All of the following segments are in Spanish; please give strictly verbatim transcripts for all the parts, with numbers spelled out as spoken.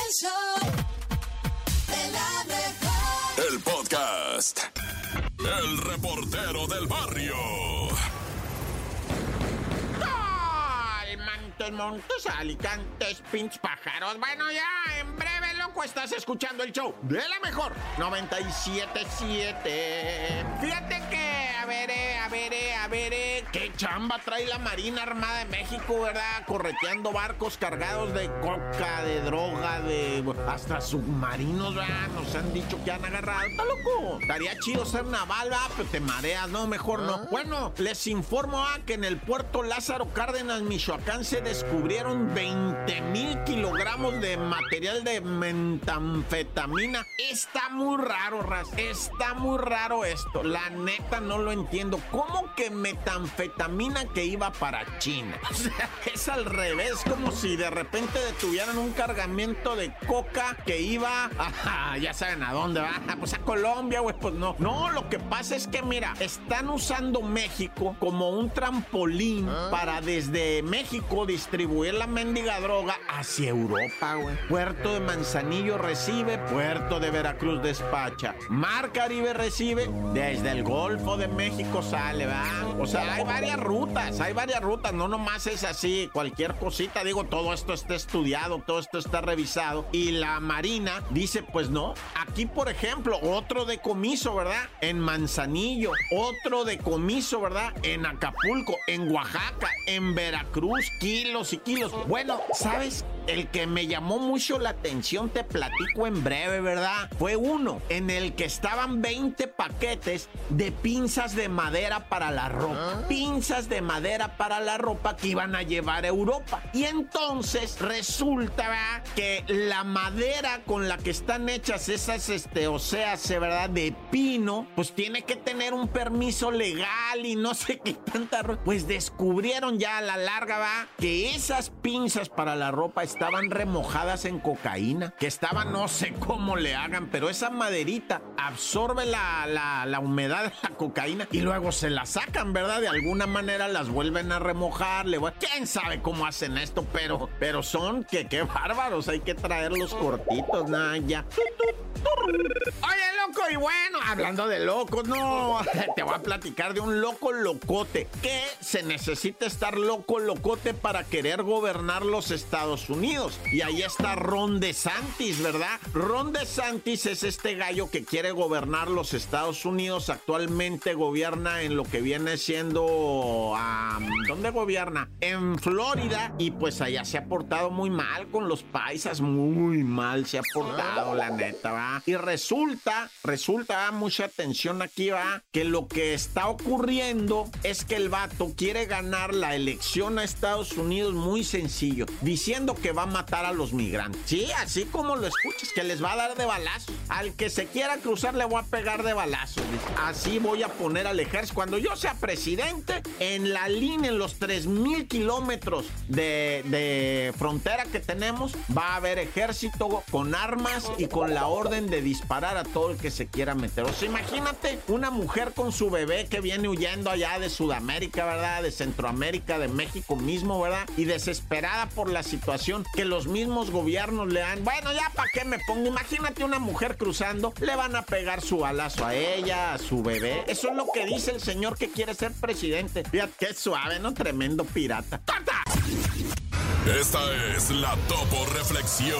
El show de la mejor. El podcast. El reportero del barrio. Montes, montes, alicantes, pinches pájaros. Bueno, ya, en breve, loco, estás escuchando el show de la mejor noventa y siete punto siete. Fíjate que, a ver, eh, a ver, eh, a ver, eh, qué chamba trae la Marina Armada de México, ¿verdad? Correteando barcos cargados de coca, de droga, de hasta submarinos, ¿verdad? Nos han dicho que han agarrado. Está loco. Estaría chido ser naval, ¿verdad? Pero te mareas, no, mejor no. Bueno, les informo ah, que en el puerto Lázaro Cárdenas, Michoacán, se descubrieron veinte mil kilogramos de material de metanfetamina. Está muy raro, Raz. Está muy raro esto. La neta no lo entiendo. ¿Cómo que metanfetamina que iba para China? O sea, es al revés, como si de repente detuvieran un cargamento de coca que iba a, ya saben a dónde va, pues a Colombia, güey, pues no. No, lo que pasa es que, mira, están usando México como un trampolín ¿Ah? para desde México distribuir la mendiga droga hacia Europa, güey. Puerto de Manzanillo recibe, Puerto de Veracruz despacha, Mar Caribe recibe, desde el Golfo de México sale, ¿va? O sea, hay varias rutas, hay varias rutas, no nomás es así, cualquier cosita, digo, todo esto está estudiado, todo esto está revisado, y la Marina dice, pues no, aquí, por ejemplo, otro decomiso, ¿verdad? En Manzanillo, otro decomiso, ¿verdad? En Acapulco, en Oaxaca, en Veracruz, kilos y kilos. Bueno, ¿sabes? El que me llamó mucho la atención, te platico en breve, ¿verdad? Fue uno en el que estaban veinte paquetes de pinzas de madera para la ropa. ¿Ah? Pinzas de madera para la ropa que iban a llevar a Europa. Y entonces resulta, ¿verdad? Que la madera con la que están hechas esas, este, o sea, ¿verdad? De pino, pues tiene que tener un permiso legal y no sé qué tanta ropa. Pues descubrieron ya a la larga, ¿va? Que esas pinzas para la ropa estaban remojadas en cocaína, que estaban, no sé cómo le hagan, pero esa maderita absorbe la, la, la humedad de la cocaína y luego se la sacan, ¿verdad? De alguna manera las vuelven a remojar, le voy... quién sabe cómo hacen esto, pero, pero son que qué bárbaros, hay que traerlos cortitos, nada, ya. Oye, loco, y bueno, hablando de locos, no, te voy a platicar de un loco locote, que se necesita estar loco locote para querer gobernar los Estados Unidos. Y ahí está Ron DeSantis, ¿verdad? Ron DeSantis es este gallo que quiere gobernar los Estados Unidos. Actualmente gobierna en lo que viene siendo... Um, ¿dónde gobierna? En Florida. Y pues allá se ha portado muy mal con los paisas. Muy mal se ha portado, la neta, ¿va? Y resulta, resulta, ¿va? Mucha atención aquí, ¿va? Que lo que está ocurriendo es que el vato quiere ganar la elección a Estados Unidos muy sencillo, diciendo que va a matar a los migrantes. Sí, así como lo escuchas, que les va a dar de balazo. Al que se quiera cruzar le voy a pegar de balazo. Así voy a poner al ejército. Cuando yo sea presidente, en la línea, en los tres mil kilómetros de, de frontera que tenemos, va a haber ejército con armas y con la orden de disparar a todo el que se quiera meter. O sea, imagínate una mujer con su bebé que viene huyendo allá de Sudamérica, ¿verdad? De Centroamérica, de México mismo, ¿verdad? Y desesperada por la situación que los mismos gobiernos le dan. Bueno, ya para qué me pongo. Imagínate una mujer cruzando, le van a pegar su balazo a ella, a su bebé. Eso es lo que dice el señor que quiere ser presidente. Fíjate qué suave, ¿no? Tremendo pirata. ¡Corta! Esta es la Topo Reflexión.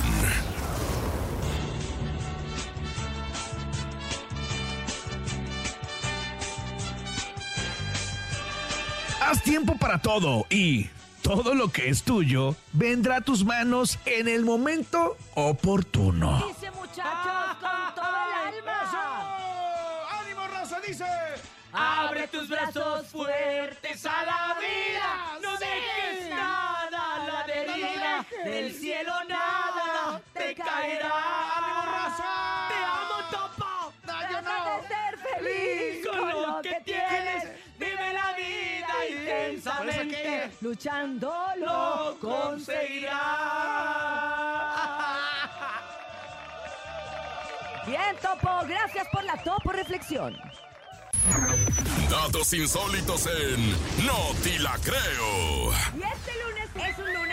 Haz tiempo para todo y todo lo que es tuyo vendrá a tus manos en el momento oportuno. Dice, muchachos, con todo el alma. ¡Eso! ¡Ánimo, raza! Dice: abre tus brazos fuertes a la vida. No dejes nada a la deriva. Del cielo nada te caerá. ¡Ánimo, raza! Te amo, Topo. No, yo Trata no. de ser feliz con, con lo que tienes. Vive la vida intensamente. Luchando lo conseguirás. Bien, Topo. Gracias por la Topo Reflexión. Datos insólitos en No Te La Creo. Y este lunes es un lunes en el que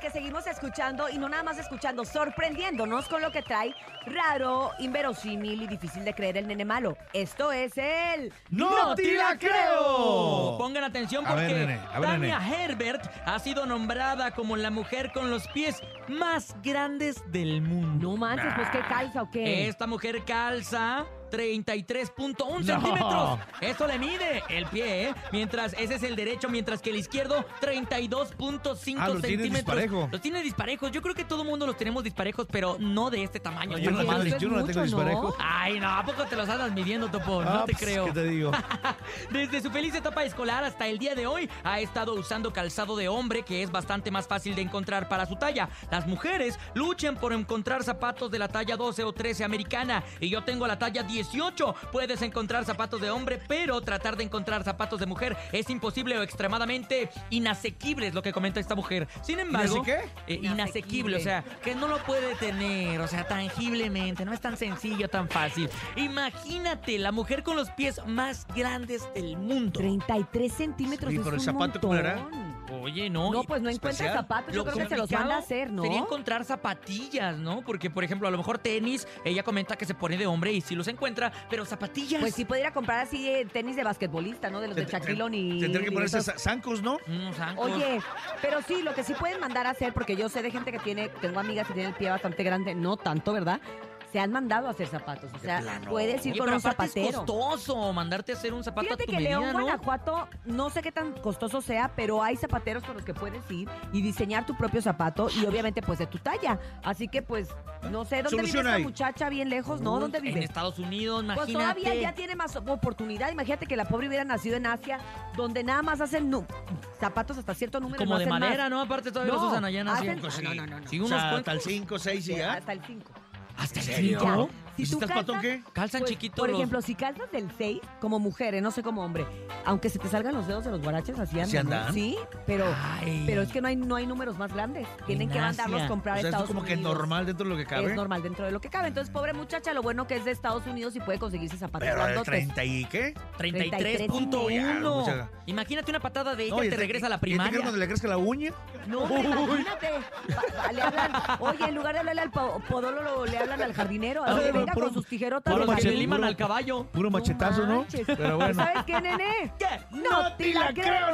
porque seguimos escuchando y no nada más escuchando, sorprendiéndonos con lo que trae raro, inverosímil y difícil de creer el nene malo. Esto es el... ¡No te la creo! Pongan atención A ver, porque nene, a ver, Tania nene. Herbert ha sido nombrada como la mujer con los pies más grandes del mundo. No manches, pues ¿qué calza o qué? Esta mujer calza treinta y tres punto uno No. centímetros. Eso le mide el pie, ¿eh? Mientras ese es el derecho, mientras que el izquierdo treinta y dos punto cinco Ah, los tiene centímetros. disparejo. Los tiene disparejos. Yo creo que todo el mundo los tenemos disparejos, pero no de este tamaño. No, está yo no Oye, tengo, nomás. eso es yo no la tengo mucho, disparejo. Ay, no, ¿a poco te los andas midiendo, Topo? Ah, no te pues, creo. ¿qué te digo? Desde su feliz etapa escolar hasta el día de hoy, ha estado usando calzado de hombre, que es bastante más fácil de encontrar para su talla. Las mujeres luchan por encontrar zapatos de la talla doce o trece americana, y yo tengo la talla dieciocho. Puedes encontrar zapatos de hombre, pero tratar de encontrar zapatos de mujer es imposible o extremadamente inasequible, es lo que comenta esta mujer. Sin embargo, ¿Inase eh, inasequible, o sea, que no lo puede tener, o sea, tangiblemente, no es tan sencillo, tan fácil. Imagínate, la mujer con los pies más grandes del mundo. treinta y tres centímetros Sí, es pero el un zapato, ¿cómo era? montón. Oye, no. No, y- pues no encuentra especial. zapatos, yo Lo creo que se los complicado manda a hacer, ¿no? sería encontrar zapatillas, ¿no? Porque, por ejemplo, a lo mejor tenis, ella comenta que se pone de hombre y sí los encuentra, pero zapatillas. Pues sí puede ir a comprar así eh, tenis de basquetbolista, ¿no? De los de Shaquille O'Neal. Tendría que y ponerse esos. sa- zancos, ¿no? Unos zancos. Oye, pero sí, lo que sí pueden mandar a hacer, porque yo sé de gente que tiene, tengo amigas que tienen el pie bastante grande, no tanto, ¿verdad? Se han mandado a hacer zapatos. O sea, puedes ir Oye, con pero un aparte zapatero. es costoso mandarte a hacer un zapato Fíjate a tu que medida, León, ¿no? Guanajuato, no sé qué tan costoso sea, pero hay zapateros con los que puedes ir y diseñar tu propio zapato y obviamente pues de tu talla. Así que pues, no sé, ¿dónde vive Solución esta hay. muchacha? Bien lejos, ¿no? ¿Dónde En vive? Estados Unidos, Pues imagínate. todavía ya tiene más oportunidad. Imagínate que la pobre hubiera nacido en Asia, donde nada más hacen nu- zapatos hasta cierto número. Como no de hacen más. madera, ¿no? Aparte todavía los No, usan allá en Asia. hacen- Pues no, sí. no, no, no. Sí, O unos sea, cuantos. hasta el cinco, seis y ya. Hasta el cinco. ¿Hasta el Ya. cinco? Si ¿Y si tú estás patón, calzas- qué? Calzan Pues, chiquitos por los- ejemplo, si calzas del seis, como mujer, eh, no sé como hombre, aunque se te salgan los dedos de los guaraches, así andan. ¿Sí ¿no? andan? Sí, pero, Ay. pero es que no hay, no hay números más grandes. Tienen En que mandarlos Asia. a comprar O a sea, esto Estados es como que Unidos. normal dentro de lo que cabe. Es normal dentro de lo que cabe. Entonces, pobre muchacha, lo bueno que es de Estados Unidos y puede conseguirse zapatos Pero de grandotes. treinta y qué? treinta y tres punto uno. Ya, mucha- Imagínate una patada de ella, No, y te este- regresa a la ¿y este primaria. que cuando le crezca la uña? No, hombre, imagínate. Va- va, le hablan, oye, en lugar de hablarle al po- podólogo, le hablan al jardinero. A Ah, ver, pero venga puro- con sus tijerotas Por de lo que le jardín. liman al caballo. Puro machetazo, ¿no? manches. Pero bueno. ¿Sabes qué, nene? ¿Qué? ¡No te la creo,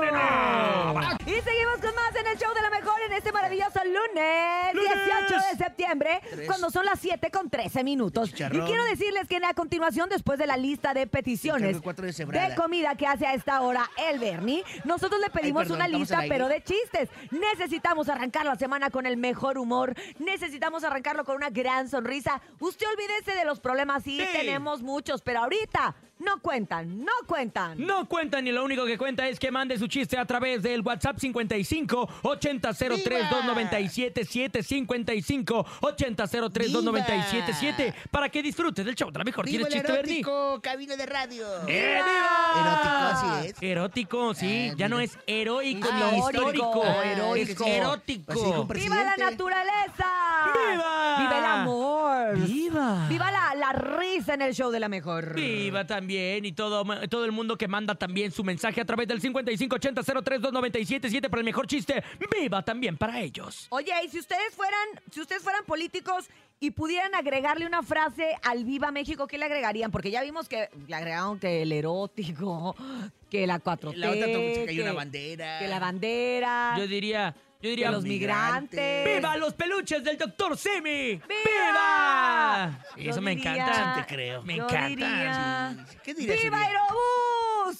nene! Y seguimos con más en el show de la mejor en este maravilloso lunes, dieciocho de septiembre, cuando son las siete con trece minutos. Y Chicharrón. quiero decirles que a continuación, después de la lista de peticiones Cargo cuatro de cebrada. de comida que hace a esta hora el Bernie, nosotros le pedimos perdón, una ¿estamos lista, al aire? pero de chistes. Necesitamos arrancar la semana con el mejor humor. Necesitamos arrancarlo con una gran sonrisa. Usted olvídese de los problemas, sí, Sí. tenemos muchos, pero ahorita no cuentan, no cuentan. No cuentan y lo único que cuenta es que mande su chiste a través del WhatsApp cincuenta y cinco ochenta cero tres dos noventa y siete siete cincuenta y cinco ochenta cero tres dos noventa y siete siete para que disfrute del show de la mejor. ¡Viva ¿Tienes el chiste, Bernie? erótico cabina de radio! ¡Eh, Erótico, viva! así es. Erótico, sí. Ah, ya no mira. es heroico Ah, ni histórico. histórico. Ah, es heroico. erótico. Así como ¡Viva la presidente. naturaleza! ¡Viva! ¡Viva el amor! ¡Viva! ¡Viva la, la risa en el show de la mejor! Viva también y todo, todo el mundo que manda también su mensaje a través del cincuenta y cinco ochenta cero tres dos noventa y siete siete para el mejor chiste. ¡Viva también para ellos! Oye, y si ustedes fueran, si ustedes fueran políticos y pudieran agregarle una frase al Viva México, ¿qué le agregarían? Porque ya vimos que le agregaron que el erótico, que la cuatro T, La otra to- se cayó que, una bandera. que la bandera, Yo diría, yo que diría, los migrantes. ¡viva los peluches del doctor Simi! ¡Viva! ¡Viva! Yo Eso me diría- encanta. te creo. Me yo encanta. diría, Sí. ¿Qué dirías, ¡Viva Uriel? Aerobús!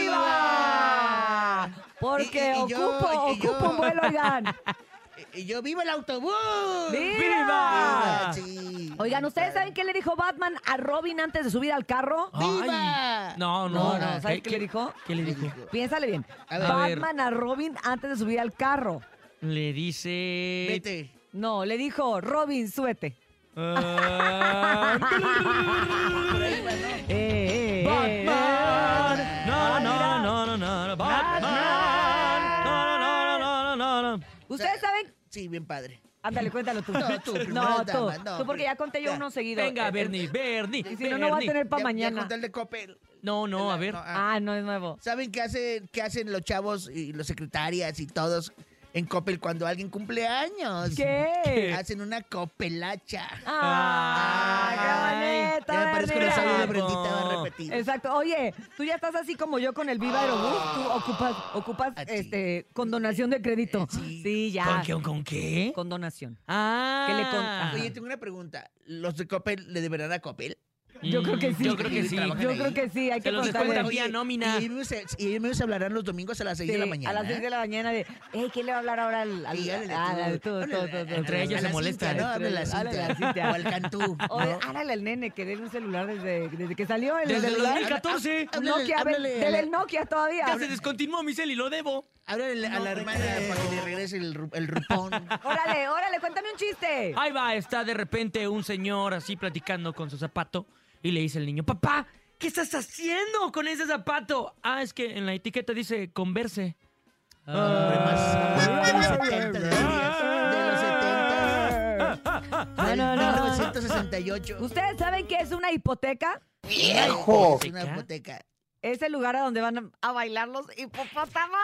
¡Viva! Porque Y- y yo- ocupo, y yo- ocupo un vuelo, oigan. Y yo, ¡viva el autobús! ¡Viva! ¡Viva! Sí. Oigan, ¿ustedes saben qué le dijo Batman a Robin antes de subir al carro? ¡Viva! Ay, no, No, no. no, ¿sabes qué le dijo? ¿Qué le dijo? Piénsale bien. A ver. A ver. Batman a Robin antes de subir al carro. Le dice... Vete. No, le dijo, Robin, súbete. Ah, Por ahí va, ¿no? Eh, eh, eh, Batman. No, no, no, no, no, no. Batman. No, no, no, no, no, no, no. ¿Ustedes saben? Sí, bien padre. Ándale, cuéntalo tú. No, tú, primero No, las tú. damas, no, Tú porque ya conté yo ya. uno seguido. Venga, Eh, Bernie, Bernie. Y si no, no va a Bernie. tener para Ya- Ya mañana. conté el de Coppel. No, no, a ver. No, ah. Ah, no es nuevo. ¿Saben qué hacen, qué hacen los chavos y los secretarias y todos en Coppel cuando alguien cumple años. ¿Qué? Hacen una copelacha. ¡Ah, qué bonito! Ya me parezco el sabio de Daniela! Brendita, va a repetir. Exacto. Oye, tú ya estás así como yo con el Viva Aerobús. Tú ocupas, ocupas Ah, sí. este, condonación de crédito. Sí. Sí, ya. ¿Con qué? ¿Con qué? Condonación. Ah. Que le con- ajá. Oye, tengo una pregunta. ¿Los de Coppel le deberán a Coppel? Yo creo que sí. Yo creo que sí. Trabajan Yo ahí. creo que sí, hay Se que los contarle. descuentan vía nómina. Y ellos, mismos se, y ellos mismos hablarán los domingos a las seis Sí, de la mañana. a las seis de la mañana de, hey, ¿quién le va a hablar ahora al... al Sí, háblale ah, tú. al- tú, tú, Háblale tú, a- tú, Entre tú. ellos a se la molestan. Cintia, ¿no? Háblale a la Háblale a la Cintia. Cintia. O al Cantú. Oye, ¿no? háblale al nene que dé un celular desde, desde que salió el Desde el celular. dos mil catorce. Un Háblale- Nokia, háblale desde a la- el Nokia todavía. Ya se descontinuó mi cel y lo debo. Háblale a la hermana para que le regrese el, ru- el rupón. Órale, órale, cuéntame un chiste. Ahí va, está de repente un señor así platicando con su zapato y le dice el niño, papá, ¿qué estás haciendo con ese zapato? Ah, es que en la etiqueta dice Converse. Hombre, más de los setenta, de los setenta. No, no, no. mil novecientos sesenta y ocho. ¿Ustedes saben qué es una hipoteca? ¡Viejo! Es una ¿Hipoteca? hipoteca. Es el lugar a donde van a bailar los hipopótamos.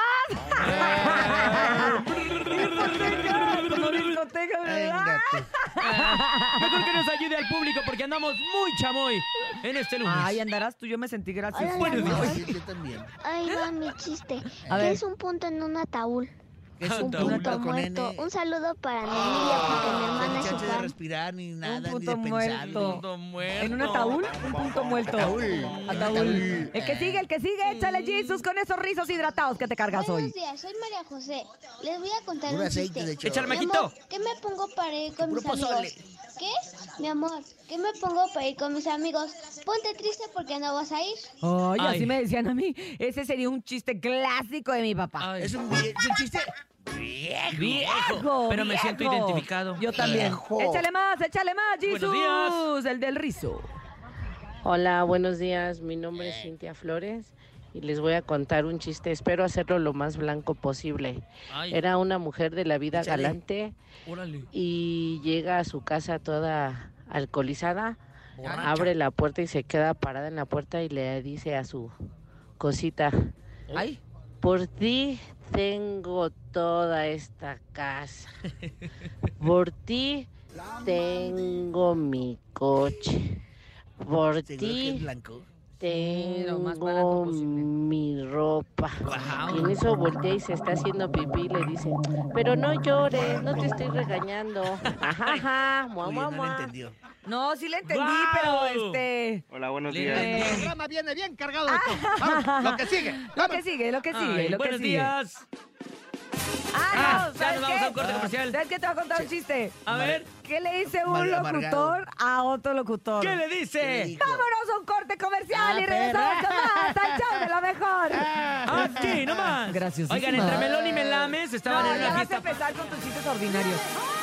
Hipoteca, como discoteca, ¿verdad? Venga tú. Mejor que nos ayude al público porque andamos muy chamoy en este lunes. Ay, andarás tú, yo me sentí gracioso. Hola, No, amor. sí, yo también. Ahí va mi chiste. A ¿Qué ver. es un punto en un ataúd? Es Un un punto punto Punto con muerto. N. Un saludo para mi Emilia porque mi hermana Sin es su chance de fan. respirar ni nada, ni punto de muerto. pensarlo. Punto muerto. ¿En un ataúd? Un punto muerto. Ataúd. Ataúd. Ataúd. El que sigue, el que sigue, échale Jesus con esos rizos hidratados que te cargas hoy. Buenos días, soy María José. Les voy a contar Puro un aceite chiste. de chorro. Échale, Mi Majito. amor, ¿qué me pongo para ir con Puro mis amigos? pozole. ¿Qué? Mi amor, ¿qué me pongo para ir con mis amigos? Ponte triste porque no vas a ir. Ay, Ay. así me decían a mí. Ese sería un chiste clásico de mi papá. Ay, Es un, vie- es un chiste viejo. viejo. Pero me siento viejo. identificado. Yo también. Viejo. Échale más, échale más, Jesus. Buenos El del rizo. Hola, buenos días. Mi nombre es Cintia Flores y les voy a contar un chiste. Espero hacerlo lo más blanco posible. Ay, Era una mujer de la vida Échale. galante órale. y llega a su casa toda alcoholizada, Borracha. abre la puerta y se queda parada en la puerta y le dice a su cosita, Ay, por ti tengo toda esta casa. Por ti tengo mi coche. Por seguro que es ti blanco. lo más barato tengo posible. mi ropa. Guau. Y en eso voltea y se está haciendo pipí y le dice, pero no llores, no te estoy regañando. Ajá, ajá, mua, Oye, mua, no lo mua. entendió. No, sí le entendí, ¡Guau! pero este. Hola, buenos Le- días. eh, El programa viene bien cargado de esto. Vamos, lo que sigue. Lo Vamos. que sigue, lo que sigue, Ay, lo que buenos sigue. días. Ah, Ah, no, ya ¿sabes nos vamos qué? a un corte comercial. ¿Sabes qué? Te voy a contar un chiste. A ver, ¿Qué le dice un Mal- locutor amargado. a otro locutor? ¿qué le ¿Qué dice? dijo? Vámonos a un corte comercial Ah, y regresamos perra. con más al show de lo mejor. Aquí nomás. Graciosísima. Oigan, entre Melón y Melames estaban No, en ya una vas a fiesta. empezar con tus chistes ordinarios.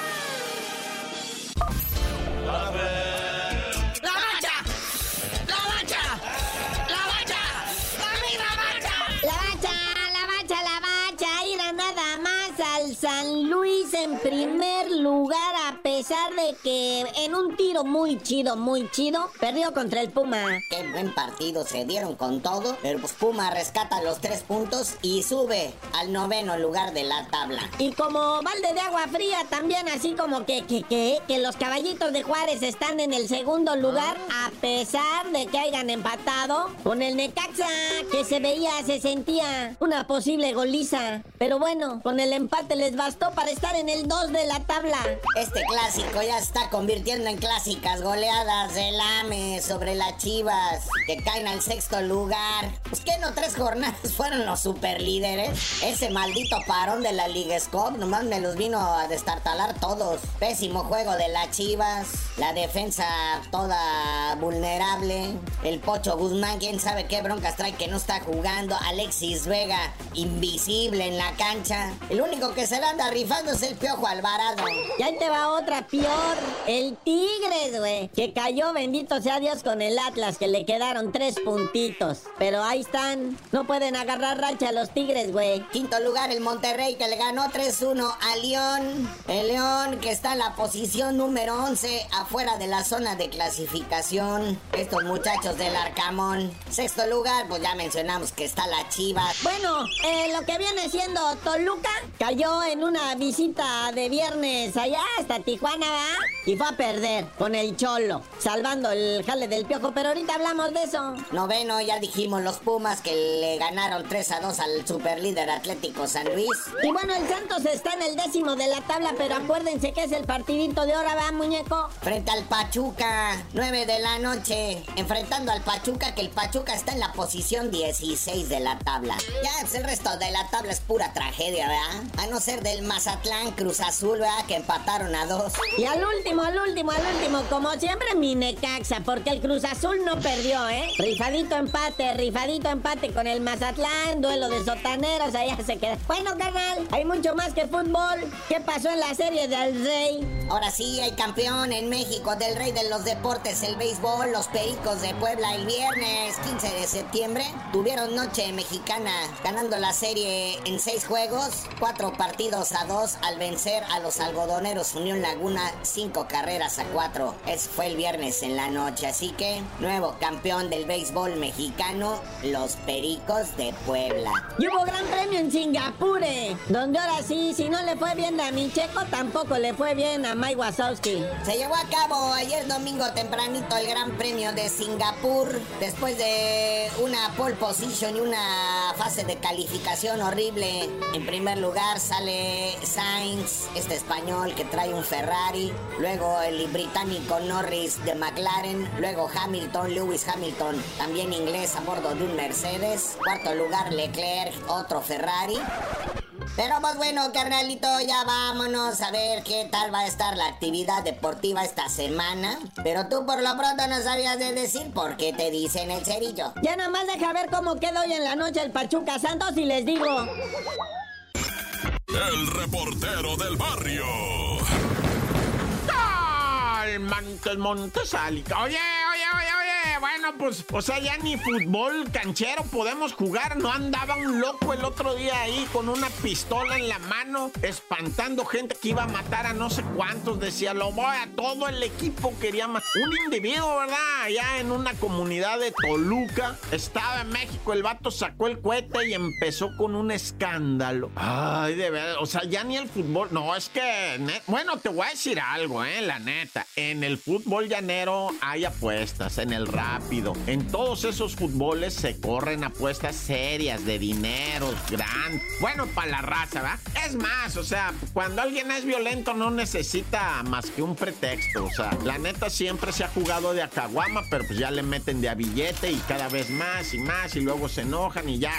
¡La mancha! ¡La mancha! ¡La mancha! ¡La misma mancha! La bacha, la bacha, la bacha, irá nada más al San Luis en primer lugar, a pesar de que en un tiro muy chido, muy chido, perdió contra el Puma. Qué buen partido, se dieron con todo, pero pues Puma rescata los tres puntos y sube al noveno lugar de la tabla. Y como balde de agua fría, también así como que, que, que, que los caballitos de Juárez están en el segundo lugar, a pesar de que hayan empatado con el Necaxa, que se veía, se sentía una posible goliza. Pero bueno, con el empate les bastó para estar en el dos de la tabla. Este clásico ya se está convirtiendo en clásicas goleadas del A M E sobre las Chivas, que caen al sexto lugar. Pues que no, tres jornadas fueron los superlíderes. Ese maldito parón de la Liga Scope nomás me los vino a destartalar todos. Pésimo juego de las Chivas, la defensa toda vulnerable, el Pocho Guzmán, quién sabe qué broncas trae que no está jugando, Alexis Vega, invisible en la cancha. El único que se la anda rifando es el Piojo Alvarado. Y ahí te va otra peor, el Tigres, güey, que cayó, bendito sea Dios, con el Atlas, que le quedaron tres puntitos. Pero ahí están, no pueden agarrar racha a los Tigres, güey. Quinto lugar, el Monterrey, que le ganó tres uno a León. El León, que está en la posición número once, afuera de la zona de clasificación. Estos muchachos del Arcamón. Sexto lugar, pues ya mencionamos que está la Chivas. Bueno, eh, lo que viene siendo Toluca cayó en una visita de viernes allá hasta Tijuana, ¿verdad? Y fue a perder con el Cholo, salvando el jale del Piojo, pero ahorita hablamos de eso. Noveno, ya dijimos, los Pumas, que le ganaron tres a dos al superlíder Atlético San Luis. Y bueno, el Santos está en el décimo de la tabla, pero acuérdense que es el partidito de hora, ¿va, muñeco? Frente al Pachuca, nueve de la noche, enfrentando al Pachuca, que el Pachuca está en la posición dieciséis de la tabla. Ya, pues el resto de la tabla es pura tragedia, ¿verdad? A no ser del Mazatlán, Cruz Azul, ¿verdad? Que empataron a dos. Y al último, al último, al último, como siempre, mi Necaxa, porque el Cruz Azul no perdió, ¿eh? Rifadito empate, rifadito empate con el Mazatlán, duelo de sotaneros, allá se queda. Bueno, carnal, hay mucho más que fútbol. ¿Qué pasó en la serie del Rey? Ahora sí, hay campeón en México del Rey de los Deportes, el béisbol. Los Pericos de Puebla el viernes quince de septiembre tuvieron noche mexicana, ganando la serie en seis juegos, cuatro partidos a dos, al vencer a los algodoneros Unión Laguna cinco carreras a cuatro. Eso fue el viernes en la noche, así que nuevo campeón del béisbol mexicano, los Pericos de Puebla. Y hubo gran premio en Singapur, eh, donde ahora sí, si no le fue bien a mi Checo, tampoco le fue bien a Mike Wazowski. Se llevó a cabo ayer domingo tempranito el Gran Premio de Singapur, después de una pole position y una fase de calificación horrible. En primer lugar sale Sainz, este español que trae un Ferrari, luego el británico Norris de McLaren, luego Hamilton, Lewis Hamilton, también inglés, a bordo de un Mercedes, cuarto lugar Leclerc, otro Ferrari. Pero pues bueno, carnalito, ya vámonos a ver qué tal va a estar la actividad deportiva esta semana. Pero tú por lo pronto no sabías de decir por qué te dicen el cerillo. Ya nada más deja ver cómo queda hoy en la noche el Pachuca Santos y les digo. El reportero del barrio. Montes, Montes, Alica. Oye, oye, oye, oye. Bueno, pues, o sea, ya ni fútbol canchero podemos jugar. No andaba un loco el otro día ahí con una pistola en la mano, espantando gente que iba a matar a no sé cuántos. Decía, lo voy a todo el equipo quería matar. Un individuo, ¿verdad? Allá en una comunidad de Toluca. Estaba en México, el vato sacó el cohete y empezó con un escándalo. Ay, de verdad, o sea, ya ni el fútbol. No, es que, net... bueno, te voy a decir algo, eh, la neta. En el fútbol llanero hay apuestas, en el rápido. En todos esos fútboles se corren apuestas serias de dineros grandes. Bueno, para la raza, ¿verdad? Es más, o sea, cuando alguien es violento no necesita más que un pretexto. O sea, la neta siempre se ha jugado de acaguama, pero pues ya le meten de a billete y cada vez más y más y luego se enojan y ya.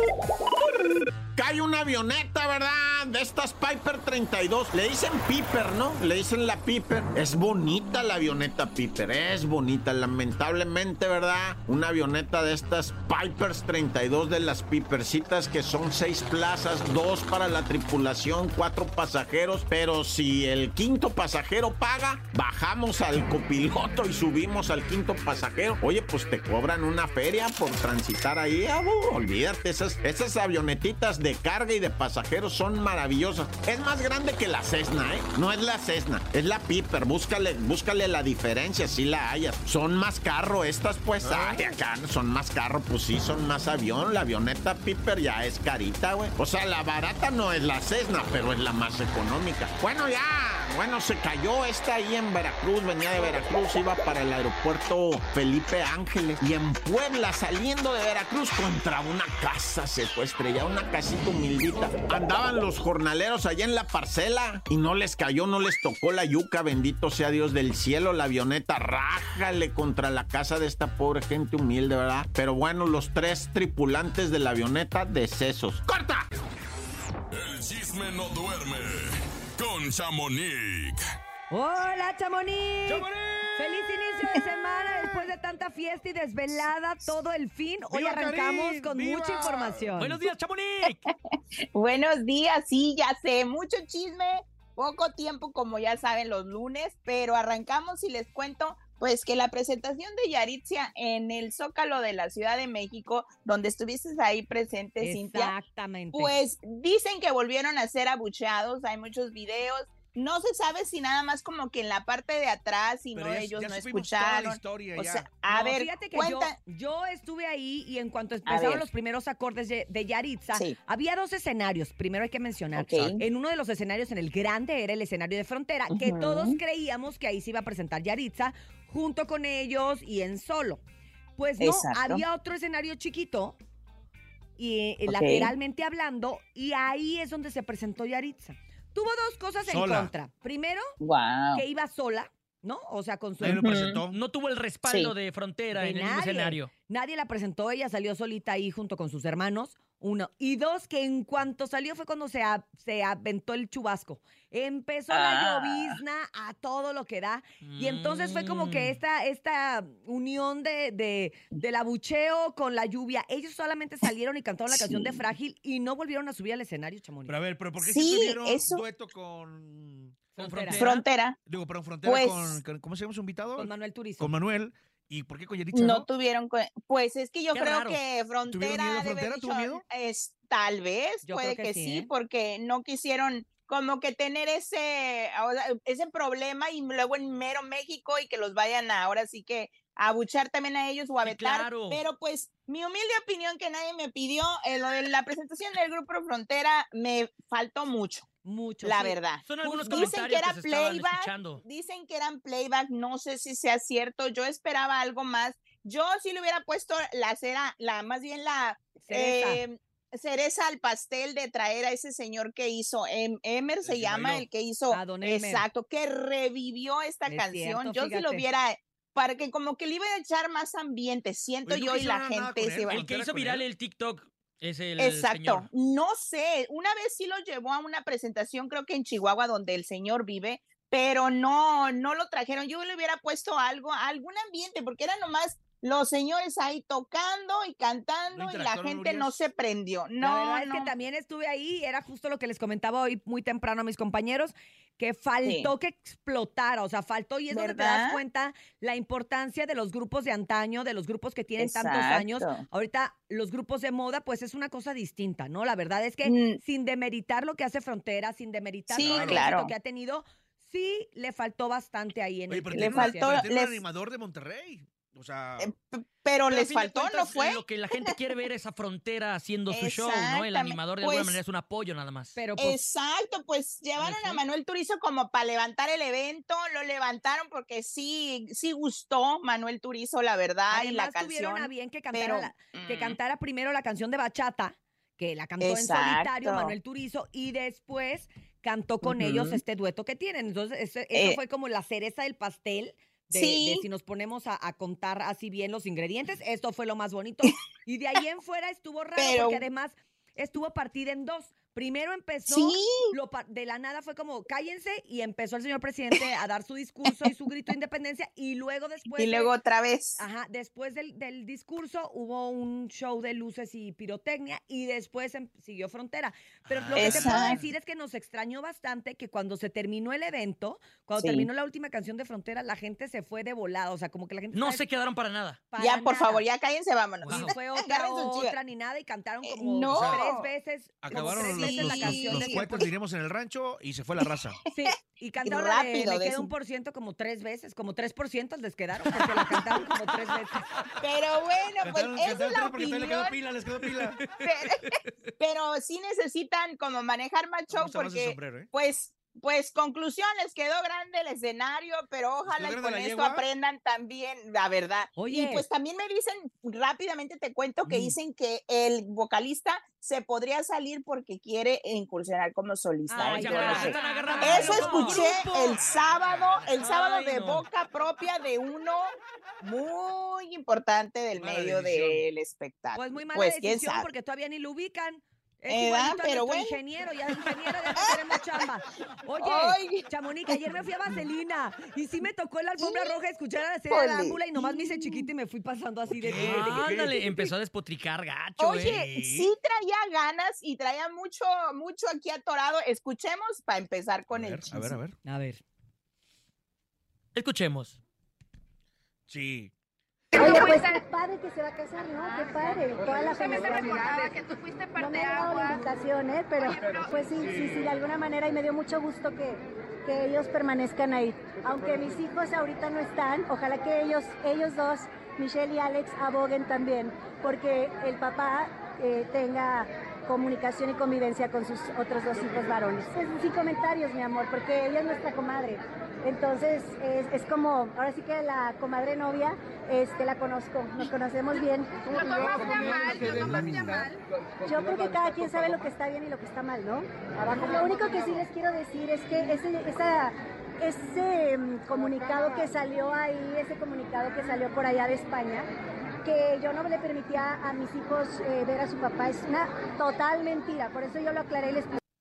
Cae una avioneta, ¿verdad? De estas Piper treinta y dos. Le dicen Piper, ¿no? Le dicen la Piper. Es bonita la avioneta Piper. Es bonita. Lamentablemente, ¿verdad? Una avioneta de estas Pipers treinta y dos, de las Pipercitas, que son seis plazas, dos para la tripulación, cuatro pasajeros. Pero si el quinto pasajero paga, bajamos al copiloto y subimos al quinto pasajero. Oye, pues te cobran una feria por transitar ahí. Ah, uh, olvídate, esas, esas avionetitas de carga y de pasajeros son maravillosas. Es más grande que la Cessna, ¿eh? No es la Cessna, es la Piper. Búscale, búscale la diferencia, si la hayas. Son más carro estas, pues. Ay, acá son más carro, pues sí, son más avión. La avioneta Piper ya es carita, güey. O sea, la barata no es la Cessna, pero es la más económica. Bueno, ya, bueno, se cayó esta ahí en Veracruz. Venía de Veracruz, iba para el aeropuerto Felipe Ángeles. Y en Puebla, saliendo de Veracruz, contra una casa se fue estrellada, una casita humildita. Andaban los jornaleros allá en la parcela y no les cayó, no les tocó la yuca, bendito sea Dios del cielo. La avioneta rájale contra la casa de esta pobre gente humilde, ¿verdad? Pero bueno, los tres tripulantes de la avioneta decesos. ¡Corta! El chisme no duerme con Chamonix. ¡Hola, Chamonix! ¡Chamonix! ¡Feliz inicio de semana! Después de tanta fiesta y desvelada todo el fin, hoy ¡Viva, arrancamos Karin! con ¡Viva! mucha información. ¡Buenos días, Chamonix! Buenos días, sí, ya sé, mucho chisme, poco tiempo, como ya saben, los lunes, pero arrancamos y les cuento pues que la presentación de Yaritzia en el Zócalo de la Ciudad de México, donde estuviste ahí presente, Cintia. Exactamente. Pues dicen que volvieron a ser abucheados, hay muchos videos. No se sabe si nada más como que en la parte de atrás, si Pero no ya- ellos ya no supimos escucharon. toda la historia o ya. sea, a No, ver, fíjate que cuenta. yo, yo estuve ahí y en cuanto A empezaron ver. los primeros acordes de, de Yaritza, Sí. había dos escenarios. Primero hay que mencionar, Ok. en uno de los escenarios, en el grande, era el escenario de Frontera, que Ujú. todos creíamos que ahí se iba a presentar Yaritza junto con ellos y en solo. Pues no, Exacto. había otro escenario chiquito y eh, Ok. lateralmente hablando, y ahí es donde se presentó Yaritza. Tuvo dos cosas en Sola. contra. Primero, Wow. que iba sola, ¿no? O sea, con su Nadie lo Ujú. presentó. No tuvo el respaldo Sí. de Frontera De en el mismo nadie. escenario. Nadie la presentó, ella salió solita ahí junto con sus hermanos. Uno. Y dos, que en cuanto salió fue cuando se, a- se aventó el chubasco. Empezó la Ah. llovizna a todo lo que da. Y entonces fue como que Mm. esta, esta unión de, de, del abucheo con la lluvia. Ellos solamente salieron y cantaron la canción de Sí. Frágil y no volvieron a subir al escenario, Chamonix. Pero a ver, ¿pero por qué Sí, si tuvieron eso- dueto con... Con Frontera. Frontera. Digo, pero Frontera Pues- con, con- ¿cómo se llama su invitado? Con Manuel Turizo. Con Manuel. ¿Y por qué con Yaritza No no? tuvieron, co- pues es que yo Qué creo raro. que Frontera ¿Tuvieron miedo, debe haber Frontera? ¿Tuvo dicho, miedo? es, tal vez, Yo puede creo que, que sí, sí, ¿eh? porque no quisieron como que tener ese, ahora, ese problema y luego en mero México y que los vayan a, ahora sí que a abuchar también a ellos o a Sí, vetar. claro. Pero pues mi humilde opinión que nadie me pidió, eh, lo de la presentación del grupo Frontera me faltó mucho. Mucho. La sí. verdad. Son algunos Dicen que comentarios era que se estaban playback, escuchando. dicen que eran playback, no sé si sea cierto, yo esperaba algo más. Yo sí le hubiera puesto la cera, la más bien la Cereza. eh, cereza al pastel de traer a ese señor que hizo, Em- Emer se que llama, bailó. el que hizo, A don Elmer. exacto, que revivió esta Es canción. cierto, Yo sí lo fíjate. hubiera, para que como que le iba a echar más ambiente, siento Oye, yo, ¿nunca y la hicieron nada gente con se él? va. El que ¿Frontera hizo con viral él? el TikTok es el Exacto, señor. no sé, una vez sí lo llevó a una presentación, creo que en Chihuahua, donde el señor vive, pero no, no lo trajeron. Yo le hubiera puesto algo, algún ambiente, porque era nomás los señores ahí tocando y cantando y la interactuaron, gente no Urias? se prendió. La No, verdad es no. que también estuve ahí, era justo lo que les comentaba hoy muy temprano a mis compañeros, que faltó que explotara, o sea, faltó y es donde te das ¿Verdad? cuenta la importancia de los grupos de antaño, de los grupos que tienen tantos años. Exacto. Ahorita los grupos de moda, pues es una cosa distinta, ¿no? La verdad es que Mm. sin demeritar lo que hace Frontera, sin demeritar Sí, todo el claro. éxito que ha tenido, sí le faltó bastante ahí en Oye, el pero en le el tiene un- faltó- pero tiene un les- animador de Monterrey. O sea, Eh, p- pero Pero a les fin de faltó, ¿no cuentas, fue? Lo que la gente quiere ver es a Frontera haciendo su show, ¿no? El Exactamente. animador de alguna Pues- manera es un apoyo nada más. Pero pues, Exacto, pues llevaron a Ujú. Manuel Turizo como para levantar el evento, lo levantaron porque sí, sí gustó Manuel Turizo, la verdad, y la además tuvieron canción. a bien que cantara, pero, la- que mm, cantara primero la canción de Bachata, que la cantó en Exacto. solitario Manuel Turizo, y después cantó con ellos Ujú. este dueto que tienen. Entonces, ese- eso Eh, fue como la cereza del pastel. De, Sí. de si nos ponemos a, a contar así bien los ingredientes, esto fue lo más bonito. Y de ahí en fuera estuvo raro, Pero- porque además estuvo partida en dos. Primero empezó, Sí. lo pa- de la nada fue como cállense, y empezó el señor presidente a dar su discurso y su grito de independencia, y luego después y de- luego otra vez. Ajá, después del, del discurso hubo un show de luces y pirotecnia, y después em- siguió Frontera. Pero lo que te puedo Exacto. decir es que nos extrañó bastante que cuando se terminó el evento, cuando Sí. terminó la última canción de Frontera, la gente se fue de volada. O sea, como que la gente No estaba se quedaron para nada. para Ya, por nada. favor, ya cállense, vámonos. Wow. Ni fue otra, Agarren sus chivas. otra, ni nada, y cantaron Eh, como no. tres veces. como acabaron tres los, veces la los, canción los de cuetes, diríamos, en el rancho y se fue la raza. Sí, y cantaron la de rápido, Le de queda eso. un por ciento como tres veces, como tres por ciento les quedaron, porque la cantaron como tres veces. Pero bueno, pues Cantaron- esa es cantaron la tres porque todavía le quedó opinión. pila, les quedó pila. Pero, pero sí necesitan como manejar más show Vamos a más el porque, sombrero, ¿eh? pues, pues conclusión, les quedó grande el escenario, pero ojalá y grande con la esto yegua? aprendan también, la verdad. Oye. Y pues también me dicen, rápidamente te cuento que Mm. dicen que el vocalista se podría salir porque quiere incursionar como solista. Ay, ¿eh? ya Yo me no la sé. están agarrando Eso como escuché grupo. el sábado, el sábado Ay, de no. boca propia de uno muy importante del Mala medio decisión. del espectáculo. Pues muy mala Pues, quién decisión, sabe. porque todavía ni lo ubican. Es Eh, igualito a pero nuestro bueno. ingeniero, ya ingeniero, ya no tenemos chamba. Oye, Ay. Chamonix, ayer me fui a Vaselina y sí me tocó en la alfombra roja escuchar a la Híjole. Arámbula y nomás me hice chiquita y me fui pasando así de... Ándale, empezó a despotricar gacho, Oye, ¿eh? sí traía ganas y traía mucho, mucho aquí atorado. Escuchemos para empezar con el chisme. A ver, a ver. A ver. Escuchemos. Sí. Oye, pues qué padre que se va a casar, ¿no? Qué padre, toda la familia. que tú fuiste No me han dado la invitación, ¿eh? Pero pues sí, sí, sí, de alguna manera y me dio mucho gusto que, que ellos permanezcan ahí. Aunque mis hijos ahorita no están, ojalá que ellos, ellos dos, Michelle y Alex, aboguen también, porque el papá eh, tenga comunicación y convivencia con sus otros dos hijos varones. Pues, sin comentarios, mi amor, porque ella es nuestra comadre. Entonces, es, es como, ahora sí que la comadre novia, este, la conozco, nos conocemos bien. ¿Nos vamos mal? ¿Nos vamos mal? Yo creo que cada quien sabe lo que está bien y lo que está mal, ¿no? Lo único que sí les quiero decir es que ese, esa, ese um, comunicado que salió ahí, ese comunicado que salió por allá de España, que yo no le permitía a mis hijos eh, ver a su papá, es una total mentira. Por eso yo lo aclaré y les expliqué.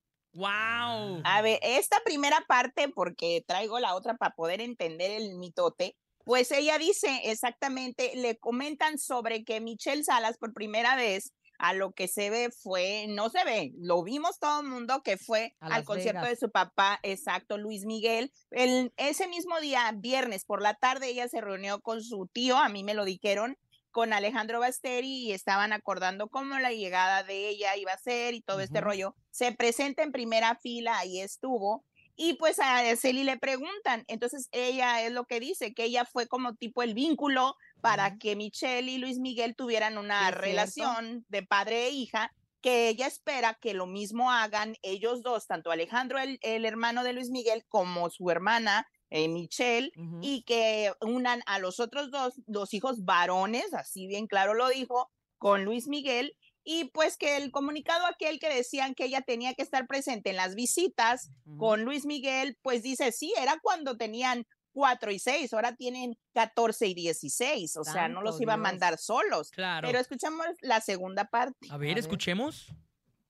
¡Wow! A ver, esta primera parte, porque traigo la otra para poder entender el mitote, pues ella dice exactamente, le comentan sobre que Michelle Salas por primera vez a lo que se ve fue, no se ve, lo vimos todo el mundo que fue A al Las concierto Vegas. de su papá, exacto, Luis Miguel. El, ese mismo día, viernes por la tarde, ella se reunió con su tío, a mí me lo dijeron, con Alejandro Basteri y estaban acordando cómo la llegada de ella iba a ser y todo uh-huh. este rollo. Se presenta en primera fila, ahí estuvo, y pues a Araceli le preguntan, entonces ella es lo que dice, que ella fue como tipo el vínculo para uh-huh. que Michelle y Luis Miguel tuvieran una sí, relación cierto. de padre e hija, que ella espera que lo mismo hagan ellos dos, tanto Alejandro, el, el hermano de Luis Miguel, como su hermana, Eh, Michelle, uh-huh. y que unan a los otros dos, dos hijos varones, así bien claro lo dijo, con Luis Miguel, y pues que el comunicado aquel que decían que ella tenía que estar presente en las visitas uh-huh. con Luis Miguel, pues dice, sí, era cuando tenían cuatro y seis, ahora tienen catorce y dieciséis, o Santo sea, no los iba Dios. a mandar solos. Claro. Pero escuchamos la segunda parte. A ver, a escuchemos. Ver.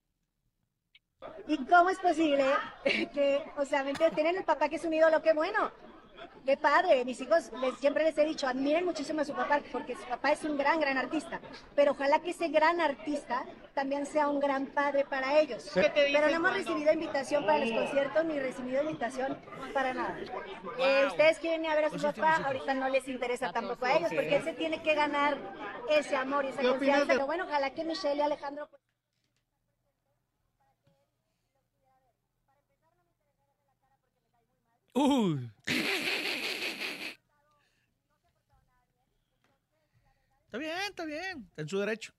¿Y cómo es posible que, o sea, tienen el papá que es un ídolo? ¡Qué bueno! ¡Qué padre! Mis hijos les, siempre les he dicho, admiren muchísimo a su papá, porque su papá es un gran, gran artista. Pero ojalá que ese gran artista también sea un gran padre para ellos. Pero no hemos recibido invitación para los conciertos, ni recibido invitación para nada. Wow. Eh, ustedes quieren ir a ver a su papá, ahorita no les interesa tampoco a ellos, porque él se tiene que ganar ese amor y esa confianza. Pero bueno, ojalá que Michelle y Alejandro... Uh. Está bien, está bien, está en su derecho.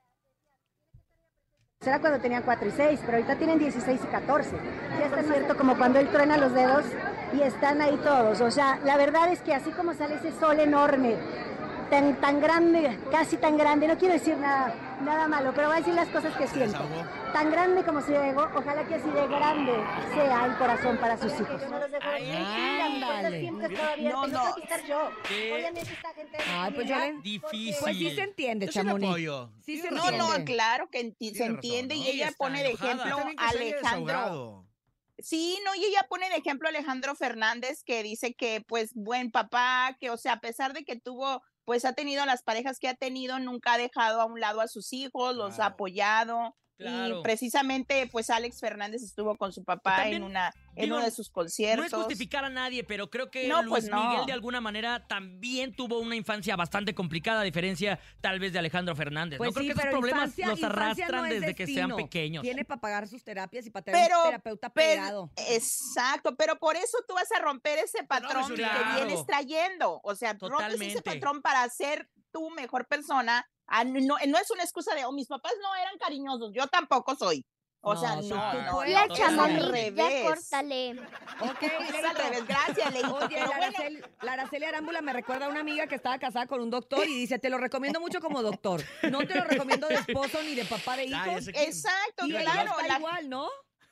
Era cuando tenían cuatro y seis, pero ahorita tienen dieciséis y catorce. Ya está cierto como cuando él truena los dedos y están ahí todos. O sea, la verdad es que así como sale ese sol enorme, tan, tan grande, casi tan grande, no quiero decir nada, nada malo, pero voy a decir las cosas que siento. Tan grande como su ego, ojalá que así de grande sea el corazón para sus hijos. No los dejo Ay, ándale. No, no. No estar yo. Obviamente esta gente... Ay, pues ya difícil. Pues sí se entiende, Yo Chamonix. sí lo apoyo. Sí se No, entiende. no, claro que enti- se razón, entiende ¿no? y ella Está pone de enojada. ejemplo Está bien que se haya Alejandro. desahogado. Sí, no, y ella pone de ejemplo a Alejandro Fernández, que dice que, pues, buen papá, que, o sea, a pesar de que tuvo, pues, ha tenido las parejas que ha tenido, nunca ha dejado a un lado a sus hijos, los ha Claro. apoyado. Claro. Y precisamente, pues, Alex Fernández estuvo con su papá También, en una en digo, uno de sus No conciertos. es justificar a nadie, pero creo que No, Luis pues no. Miguel de alguna manera también tuvo una infancia bastante complicada, a diferencia tal vez de Alejandro Fernández. Pues no creo sí, que esos pero problemas infancia- los infancia arrastran no es desde que sean destino. pequeños. Tiene para pagar sus terapias y para tener Pero, un terapeuta pero- pegado. exacto, pero por eso tú vas a romper ese patrón pues, que claro. vienes trayendo. O sea, rompes Totalmente. ese patrón para ser tu mejor persona. Ah, no, no es una excusa de, oh, mis papás no eran cariñosos, yo tampoco soy. O No, sea, sí, no, tú no, puedes. no, Ya, es al Chamonix, ya revés. córtale. Ok, Es al Leito. revés, gracias, Leito. Oye, Pero la bueno, Araceli, la Araceli Arámbula me recuerda a una amiga que estaba casada con un doctor y dice, te lo recomiendo mucho como doctor. No te lo recomiendo de esposo ni de papá de Ya, ya hijos. sé quién. exacto, Y ella claro. está la- igual, ¿no?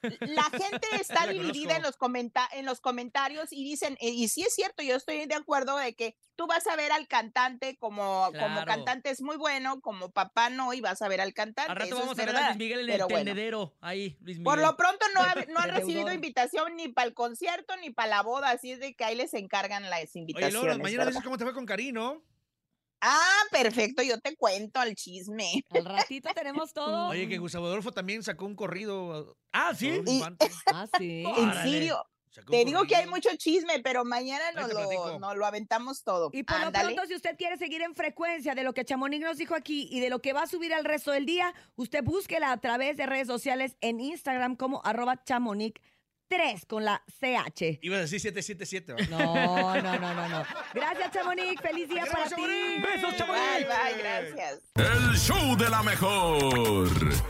La gente está Sí la dividida en conozco. los, comenta en los comentarios y dicen, eh, y sí es cierto, yo estoy de acuerdo de que tú vas a ver al cantante como, como Claro. cantante es muy bueno, como papá no, y vas a ver al cantante. Al rato eso vamos es a ver a verdad, Luis Miguel en el pero bueno. tendedero. Ahí, Luis Miguel. Por lo pronto no, ha- no han De recibido deudor. invitación ni para el concierto ni para la boda, así es de que ahí les encargan las Oye, invitaciones. Loro, mañana ¿verdad? dices cómo te fue con Karim, ¿no? Ah, perfecto, yo te cuento el chisme. Al ratito tenemos todo. Oye, que Gustavo Adolfo también sacó un corrido. Ah, ¿sí? Adolfo Y- Infante. Ah, sí. En Órale. serio. Sacó Te un digo que hay corrido. mucho chisme, pero mañana Ahí nos te lo, platico. nos lo aventamos todo. Y por Ándale. lo pronto, si usted quiere seguir en frecuencia de lo que Chamonix nos dijo aquí y de lo que va a subir al resto del día, usted búsquela a través de redes sociales en Instagram como arroba chamonix tres con la C H. Iba a decir siete siete siete. ¿va? No, no, no, no, no. Gracias, Chamonix. Feliz día Te para queremos, ti. Chamonix. Besos, Chamonix. Bye, bye, gracias. El show de la mejor.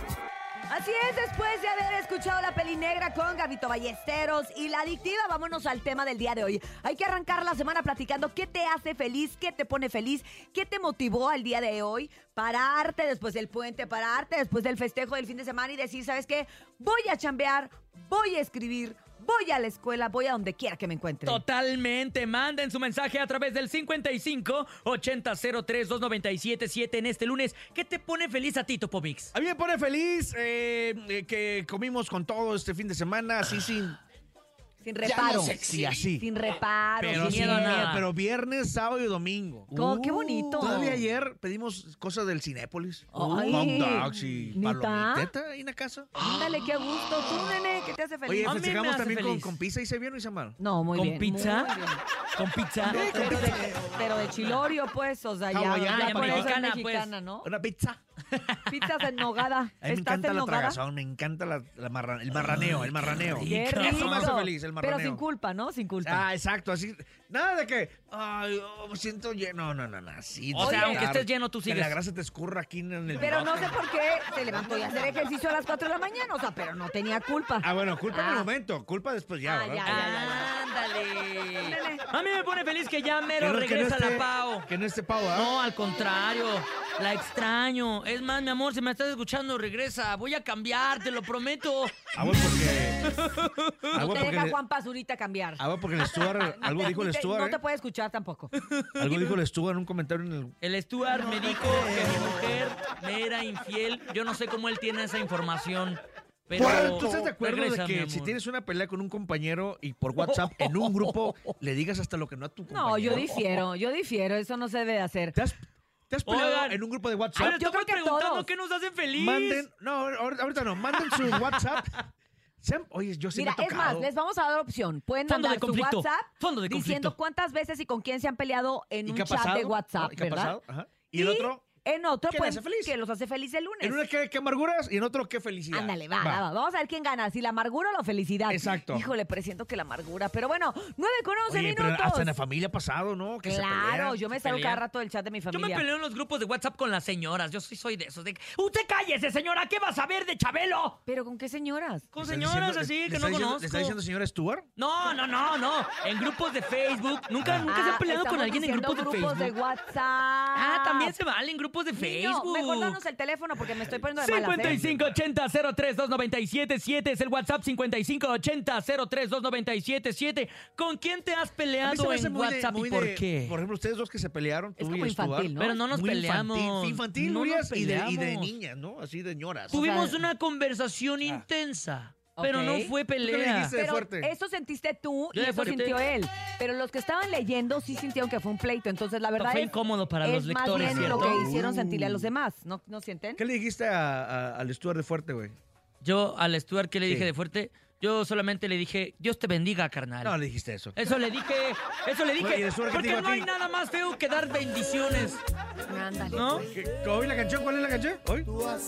Así es, después de haber escuchado la peli negra con Gabito Ballesteros y la adictiva, vámonos al tema del día de hoy. Hay que arrancar la semana platicando qué te hace feliz, qué te pone feliz, qué te motivó al día de hoy, pararte después del puente, pararte después del festejo del fin de semana y decir, ¿sabes qué? Voy a chambear, voy a escribir, voy a la escuela, voy a donde quiera que me encuentre. Totalmente. Manden su mensaje a través del cincuenta y cinco ochenta cero tres dos noventa y siete siete en este lunes. ¿Qué te pone feliz a ti, Topo Mix? A mí me pone feliz eh, eh, que comimos con todo este fin de semana, así sin... Sin reparo. Sí, así. Sin reparo, Pero, sin sí, miedo a nada. pero viernes, sábado y domingo. Oh, qué bonito. Todavía ayer pedimos cosas del Cinépolis. Ay, Hot dogs y ¿neta? palomiteta ahí en la casa. Ándale, qué a gusto. Tú, nene, ¿qué te hace feliz? Oye, A mí me festejamos hace también con, feliz. con pizza y se bien o hice mal. No, muy ¿Con bien. pizza? muy bien. ¿Con pizza? Pero de, pero de chilorio, pues, o sea, ya, Hawaiana, ya por eso es mexicana, pues. mexicana, ¿no? Una pizza. Pizzas en nogada. A mí me ¿Estás encanta en la nogada? tragazón, me encanta la, la marra- el marraneo, el marraneo. Qué Rico. rico. Eso me hace feliz, el marraneo. Pero sin culpa, ¿no? Sin culpa. Ah, exacto, así. Nada de que, ay, oh, me siento lleno. No, no, no, no. Así, O sea, disfrutar, aunque estés lleno, tú Que sigues. la grasa te escurra aquí en el. Pero no bigote. sé por qué se levantó y a hacer ejercicio a las cuatro de la mañana, o sea, pero no tenía culpa. Ah, bueno, culpa en Ah. el momento, culpa después ya, Ah, ¿verdad? ya, ya, ya. Ándale. Nene. A mí me pone feliz que ya Que mero no- que no regresa esté- la Pau. Que no esté Pau, ¿ah? No, al contrario. La extraño. Es más, mi amor, si me estás escuchando, regresa. Voy a cambiar, te lo prometo. Ah, bueno, porque. Ah, No bueno, te porque, deja le- Juan Pazurita cambiar. ah, bueno, porque el Stuart, algo dijo el Ni te- Stuart, No ¿eh? te puede escuchar tampoco. Algo dijo el Stuart en un comentario en el. El Stuart me dijo que mi mujer me era infiel. Yo no sé cómo él tiene esa información. Pero ¿Tú estás de acuerdo regresa, de mi que amor. si tienes una pelea con un compañero y por WhatsApp en un grupo le digas hasta lo que no a tu compañero? No, yo difiero, yo difiero, eso no se debe hacer. ¿Te has, te has peleado Oigan. en un grupo de Ah, WhatsApp? le Yo estamos creo que preguntando todos. qué nos hace feliz. Manden, no, ahor- ahorita no, manden su WhatsApp. Sean- oye, yo sí Mira, me he es más, tocado. les vamos a dar opción. Pueden Fondo de mandar su conflicto. WhatsApp Fondo de diciendo conflicto. cuántas veces y con quién se han peleado en ¿Y un qué ha chat pasado? de WhatsApp, ¿Y qué ha ¿verdad? pasado? Ajá. ¿Y el otro? En otro, ¿Qué le pues, hace feliz? que los hace feliz el lunes. En una qué, qué amarguras y en otro qué felicidad. Ándale, va, va, va. Vamos a ver quién gana, si la amargura o la felicidad. Exacto. Híjole, presiento que la amargura. Pero bueno, nueve con once Oye, pero minutos. hasta en la familia ha pasado, ¿no? Que se Claro, pelean. yo me se salgo cada pelean. rato del chat de mi Yo familia. me peleo en los grupos de WhatsApp con las señoras. Yo sí soy de esos. De... ¡Usted cállese, señora! ¿Qué vas a ver de Chabelo? ¿Pero con qué señoras? Con ¿Le estás señoras diciendo- así le- que le no está diciendo- conozco. ¿Le está diciendo señora Stuart? No, no, no, no. En grupos de Facebook. ¿Nunca, nunca se han peleado con estamos alguien en diciendo grupos de grupos Facebook? de WhatsApp. Ah, también se vale en grupos de Niño, Facebook. mejor danos el teléfono porque me estoy poniendo de malas, cincuenta y ¿eh? cinco ochenta cero tres dos noventa y siete siete es el WhatsApp. cincuenta y cinco ochenta cero tres dos noventa y siete siete. ¿Con quién te has A mí se peleado me hace en muy de- WhatsApp muy y por de- qué? Por ejemplo, ustedes dos que se pelearon, Es tú como y Stuart. infantil, ¿no? Pero no nos Muy peleamos. Infantil, infantil No Urias, nos y, de, y de peleamos. niñas, ¿no? Así de ñoras. Tuvimos sea- una conversación intensa, pero no Ok. fue ¿Tú qué le pelea. dijiste de Pero fuerte? eso sentiste tú y Yo de eso fuerte. sintió él. Pero los que estaban leyendo sí sintieron que fue un pleito. Entonces, la verdad fue es, incómodo para es los lectores, más bien lo ¿cierto? que hicieron sentirle a los demás. ¿No, ¿no sienten? ¿Qué le dijiste a, a- al Stuart de fuerte, güey? Yo al Stuart, ¿qué le dije Sí. de fuerte? Yo solamente le dije, Dios te bendiga, carnal. No, le dijiste eso. Eso le dije, eso le Oye, ¿y dije, el Stuart qué te porque dijo a no hay ti? nada más feo que dar bendiciones, Ándale. ¿no? ¿Qué- ¿Hoy la canción? ¿Cuál es la canción? ¿Hoy?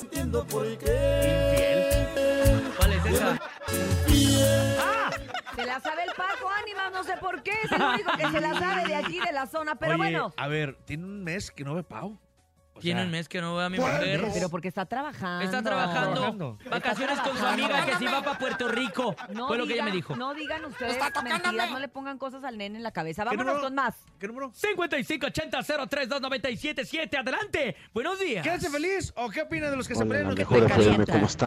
¿Cuál es esa? ¡Ah! Se la sabe el Paco Ánimas, no sé por qué. Es el único que se la sabe de aquí, de la zona. Pero Oye, bueno. a ver, tiene un mes que no ve Pau. O Tiene sea, un mes que no veo a mi ¿cuál mujer. mes? Pero porque está trabajando. Está trabajando. trabajando. Vacaciones con su trabajando. amiga que si va para Puerto Rico. No Fue lo que ella digan- me dijo. No digan ustedes Está tocándome. mentiras, no le pongan cosas al nene en la cabeza. ¿Qué Vámonos número? con más. ¿Qué número? cincuenta y cinco ochenta cero tres dos noventa y siete siete. Adelante. Buenos días. ¿Qué hace feliz o qué opina de los que se Hola, pelean la o que mejor te F M, calientan? ¿cómo están?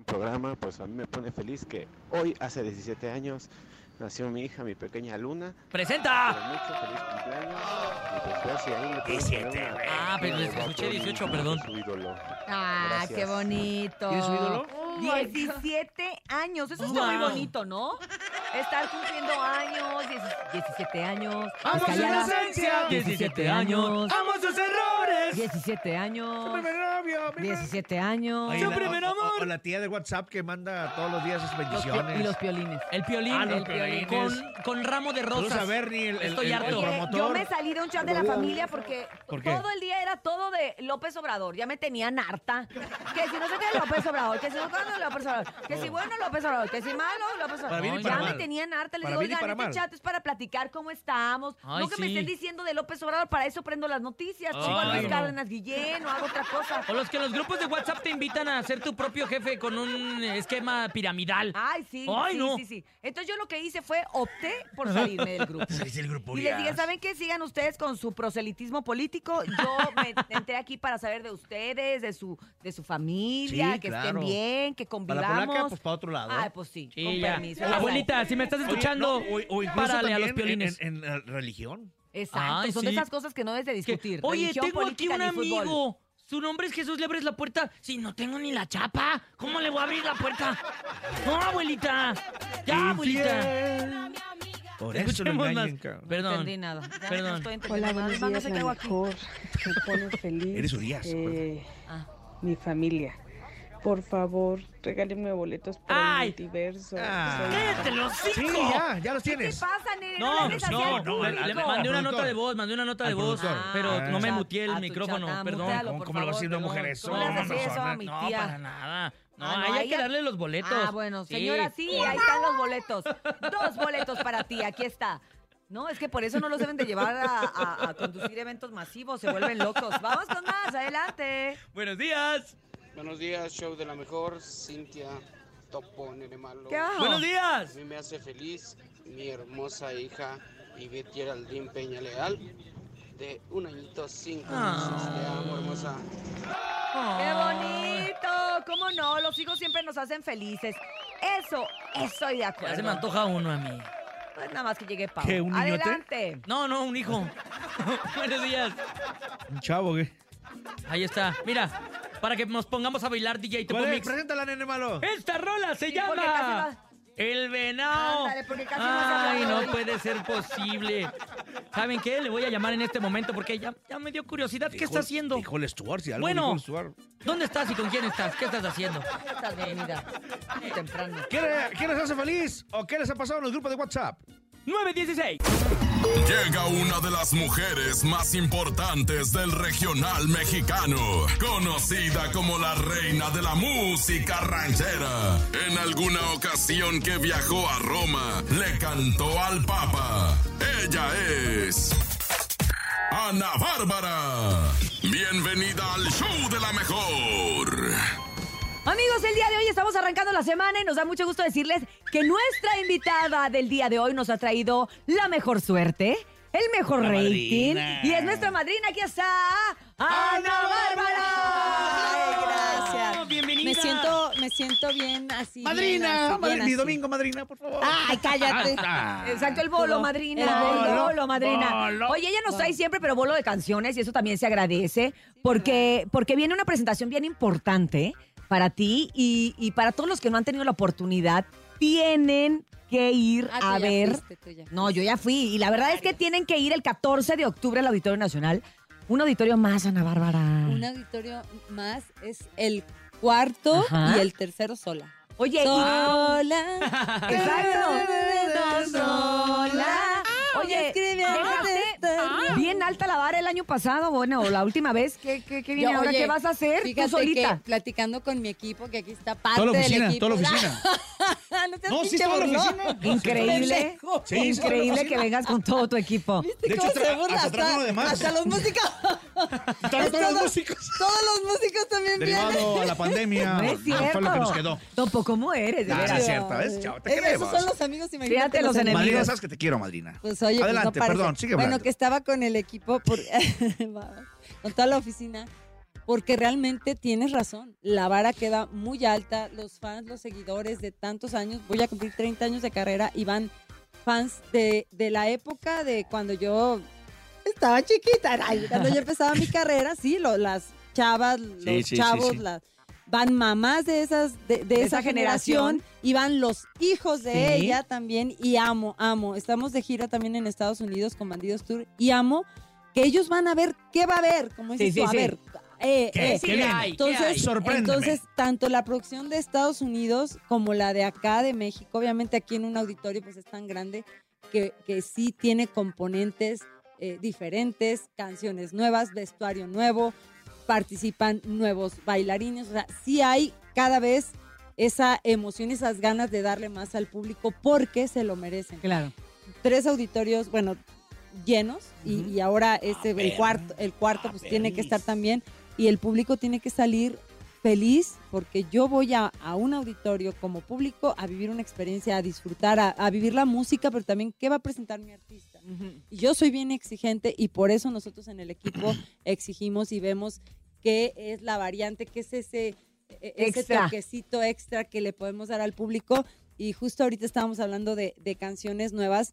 programa, pues a mí me pone feliz que hoy, hace diecisiete años, nació mi hija, mi pequeña Luna. ¡Presenta! Pero mucho feliz cumpleaños. Y pues yo, si ahí me pueden diecisiete, poner una- Ah, pero les una escuché de dieciocho, Bad perdón. Bunny, su ídolo. Ah, Gracias. qué bonito. ¿Tienes su ídolo? diecisiete años. Eso está muy Wow. bonito, ¿no? Estar cumpliendo años, dieci- diecisiete años. ¡Amo su Callada. inocencia! diecisiete años. ¡Amo sus errores! diecisiete años. Su primer novio, mi diecisiete años. Oye, ¡Su la- primer o- o- amor! O la tía de WhatsApp que manda todos los días sus Los pi- bendiciones. y los piolines. El piolín. Ah, los el piolines. Con, con ramo de Saludos rosas. a Bernie, el- el- Estoy el- el harto. Oye, promotor. yo me salí de un chat de la familia porque ¿Por qué? todo el día era todo de López Obrador. Ya me tenían harta. Que si no sé qué López Obrador, que si no cuándo López Obrador, que si bueno López Obrador, que si malo López Para bien y Obrador. para Ya me mal. tenían harta. Les Para digo, bien y oigan, para este mal. chat es para platicar cómo estamos. Ay, no que me sí. estén diciendo de López Obrador, para eso prendo las noticias. Pongo a Luis Ay, no. Cárdenas Guillén o hago otra cosa. O los que los grupos de WhatsApp te invitan a ser tu propio jefe con un esquema piramidal. Ay, sí, Ay, sí, no. sí, sí. Entonces yo lo que hice fue opté por salirme del grupo. Saliste del grupo, Y les ya. dije, ¿saben qué? Sigan ustedes con su proselitismo político. Yo me entré aquí para saber de ustedes, de su, de su familia, Sí, que claro. estén bien, que Para convivamos. la polaca, pues para otro lado. Ay, pues sí, Sí, con ya. permiso. Abuelita, si me estás Oye, escuchando, no, o, o incluso párale a los también piolines. En, en, en religión. Exacto, Ay, son de sí. esas cosas que no debes de Que, discutir. Oye, Religión, tengo aquí política, un ni fútbol. amigo. Su nombre es Jesús, le abres la puerta. Si no tengo ni la chapa, ¿cómo le voy a abrir la puerta? No, abuelita. Ya, abuelita. Por eso lo Escuchemos engañan, más. cabrón. No Perdón. entendí nada. Ya Perdón. no estoy entendiendo Hola, nada. buenos Es más, no días, sé la qué hago aquí. mejor. Me pone feliz. Eres Urias. eh, Ah. mi familia. Por favor, regálenme boletos para Ay. el multiverso. Ah. Soy- ¡Cállate los Sí, cinco! ya, ya los ¿Qué te tienes. pasa, nene? No, le hables así no, al no, le, al- le público. mandé una al nota productor. de voz, mandé una nota de Al voz, productor. pero Ah. no me Chat, muteé a el tu micrófono, chat. Ah, perdón. mutealo, ¿Cómo- por cómo le vas a decir a una favor, mujer perdón. eso? ¿Cómo le vas a decir No, eso a no, mi No, tía? para nada. No, Ah, no, ahí hay ahí que ya- darle los boletos. Ah, bueno, Sí. señora, sí, ahí están los boletos. Dos boletos para ti, aquí está. No, es que por eso no los deben de llevar a, a- a conducir eventos masivos, se vuelven locos. Vamos con más, adelante. Buenos días. Buenos días, show de la mejor, Cintia, Topo, Nene Malo. ¿Qué bajo? Buenos A días. mí me hace feliz mi hermosa hija Ivette Geraldine Peña Leal, de un añito cinco Ah. meses. Te amo, hermosa. ¡Qué bonito! ¿Cómo no? Los hijos siempre nos hacen felices. Eso, estoy de acuerdo. Ya se me antoja uno a mí. Pues nada más que llegue Pau. ¿Qué, un niñote? Adelante. No, no, un hijo. Buenos días. Un chavo, ¿qué? Ahí está. Mira, para que nos pongamos a bailar D J Topo ¿Cuál es? Mix. Preséntala, nene malo. Esta rola se Sí, porque casi llama va- El Venado. Ándale, porque casi no se habla Ay, no hoy. puede ser posible. ¿Saben qué? Le voy a llamar en este momento porque ya, ya me dio curiosidad. ¿Qué está haciendo? Dijo el Stuart, si algo Bueno. dijo el Stuart. ¿Dónde estás y con quién estás? ¿Qué estás haciendo? Estás dormida. Muy temprano. ¿Qué, le- ¿Qué les hace feliz? ¿O qué les ha pasado en los grupos de WhatsApp? nueve dieciséis. Llega una de las mujeres más importantes del regional mexicano, conocida como la reina de la música ranchera. En alguna ocasión que viajó a Roma, le cantó al Papa. Ella es Ana Bárbara. Bienvenida al show de la mejor. Amigos, el día de hoy estamos arrancando la semana y nos da mucho gusto decirles que nuestra invitada del día de hoy nos ha traído la mejor suerte, el mejor La rating. madrina. Y es nuestra madrina, aquí está, Ana Bárbara. Ay, gracias. Bienvenida. Me siento, me siento bien así. bien Madrina, así, bien madrina, mi así. domingo, madrina, por favor. Ay, cállate. Ah, Exacto, el bolo, Bolo. madrina. El El bolo. bolo, madrina. Bolo. Oye, ella nos trae siempre, pero bolo de canciones y eso también se agradece porque, porque viene una presentación bien importante para ti y, y para todos los que no han tenido la oportunidad, tienen que ir Ah, tú a ya ver. fuiste, tú ya No, yo ya fui y la verdad es que tienen que ir el catorce de octubre al Auditorio Nacional. Un auditorio más, Ana Bárbara. Un auditorio más es el cuarto Ajá. y el tercero sola. Oye, y- Sola. Exacto. Sola. Oye, dejaste bien alta la vara el año pasado, bueno, o la última vez. ¿Qué, qué, qué viene Yo, ahora? oye, ¿Qué vas a hacer tú Fíjate solita? que platicando con mi equipo, que aquí está parte Toda la del oficina, equipo. toda la oficina. no, seas No, sí, pinche toda la burlón. oficina. Increíble, Pendejo. Sí, sí, increíble sí. que vengas con todo tu equipo. ¿Viste De cómo hecho, se tra- burla? hasta trajo uno de más. hasta los músicos. Todos Todos- los músicos. Todos los músicos también vienen. Derivado a la pandemia. No es cierto. Fue lo que nos quedó. Topo, ¿cómo eres? De Ah, veras. es cierto, ¿ves? Chao, te Eh, queremos. Esos son los amigos, imagínate. Fíjate los enemigos. Madrina, sabes que te quiero, madrina. Pues oye, pues, Adelante, no parece. perdón, sigue Bueno, hablando. que estaba con el equipo, por, con toda la oficina, porque realmente tienes razón, la vara queda muy alta, los fans, los seguidores de tantos años, voy a cumplir treinta años de carrera y van fans de, de la época de cuando yo estaba chiquita, ay, cuando yo empezaba mi carrera, sí, lo, las chavas, los Sí, sí, chavos, sí, sí. las van mamás de esas de, de De esa, esa generación, generación. y van los hijos de Sí. ella también, y amo, amo. Estamos de gira también en Estados Unidos con Bandidos Tour y amo que ellos van a ver qué va a haber, como dices Sí, tú, sí, a sí. ver. eh, ¿Qué? eh, ¿Qué viene? hay? ¿Qué entonces, hay? Sorpréndeme. entonces, tanto la producción de Estados Unidos como la de acá de México, obviamente aquí en un auditorio pues es tan grande que, que sí tiene componentes eh, diferentes, canciones nuevas, vestuario nuevo, participan nuevos bailarines, o sea, sí hay cada vez esa emoción, esas ganas de darle más al público porque se lo merecen. Claro. Tres auditorios, bueno, llenos y, y ahora este, el cuarto, el cuarto pues tiene que estar también y el público tiene que salir feliz porque yo voy a, a un auditorio como público a vivir una experiencia, a disfrutar, a, a vivir la música, pero también qué va a presentar mi artista. Y yo soy bien exigente y por eso nosotros en el equipo exigimos y vemos qué es la variante, qué es ese, e- ese Extra. toquecito extra que le podemos dar al público. Y justo ahorita estábamos hablando de, de canciones nuevas.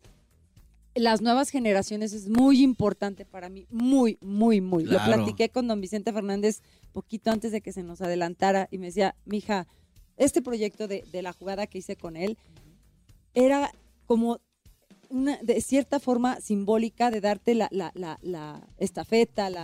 Las nuevas generaciones es muy importante para mí, muy, muy, muy. Lo Claro. platiqué con don Vicente Fernández poquito antes de que se nos adelantara y me decía, mija, este proyecto de, de la jugada que hice con él era como una, de cierta forma simbólica de darte la, la, la, la estafeta, la,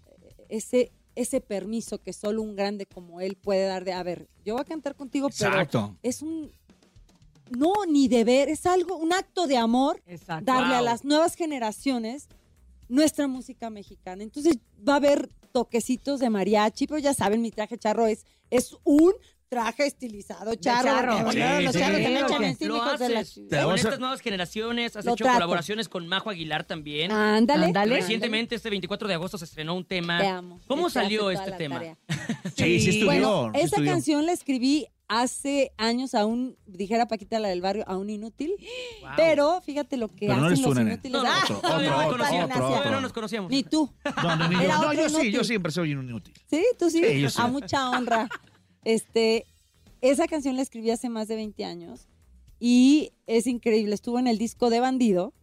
ese, ese permiso que solo un grande como él puede dar de, a ver, yo voy a cantar contigo, pero Exacto. es un, no, ni deber, es algo, un acto de amor, Exacto. darle a Wow. las nuevas generaciones nuestra música mexicana. Entonces va a haber toquecitos de mariachi, pero ya saben, mi traje charro es, es un traje estilizado charro. charro. porque, Sí, bueno, los sí, charros sí. se me echan Ok. encima, Lo hijos de la haces ch- Te con vamos a- estas nuevas generaciones, has Lo hecho trato. colaboraciones con Majo Aguilar también. Ándale. Ándale. Recientemente, este veinticuatro de agosto, se estrenó un tema. Te amo. ¿Cómo Este hace salió toda este la tema? tarea. Sí, sí estudió. Bueno, sí esa estudió. canción la escribí hace años a un, dijera Paquita la del barrio, a un inútil. Wow. Pero fíjate lo que Pero no hacen eres tú, los nene. inútiles. No, no, Ah, otro, todavía no otro, me conocíamos, otro, todavía otro. no nos conocíamos. Ni tú. No, no, ni yo. Era No, otro yo sí, inútil. yo siempre soy un inútil. Sí, tú sí. Sí, yo sí. A mucha honra. Este, esa canción la escribí hace más de veinte años y es increíble. Estuvo en el disco de Bandido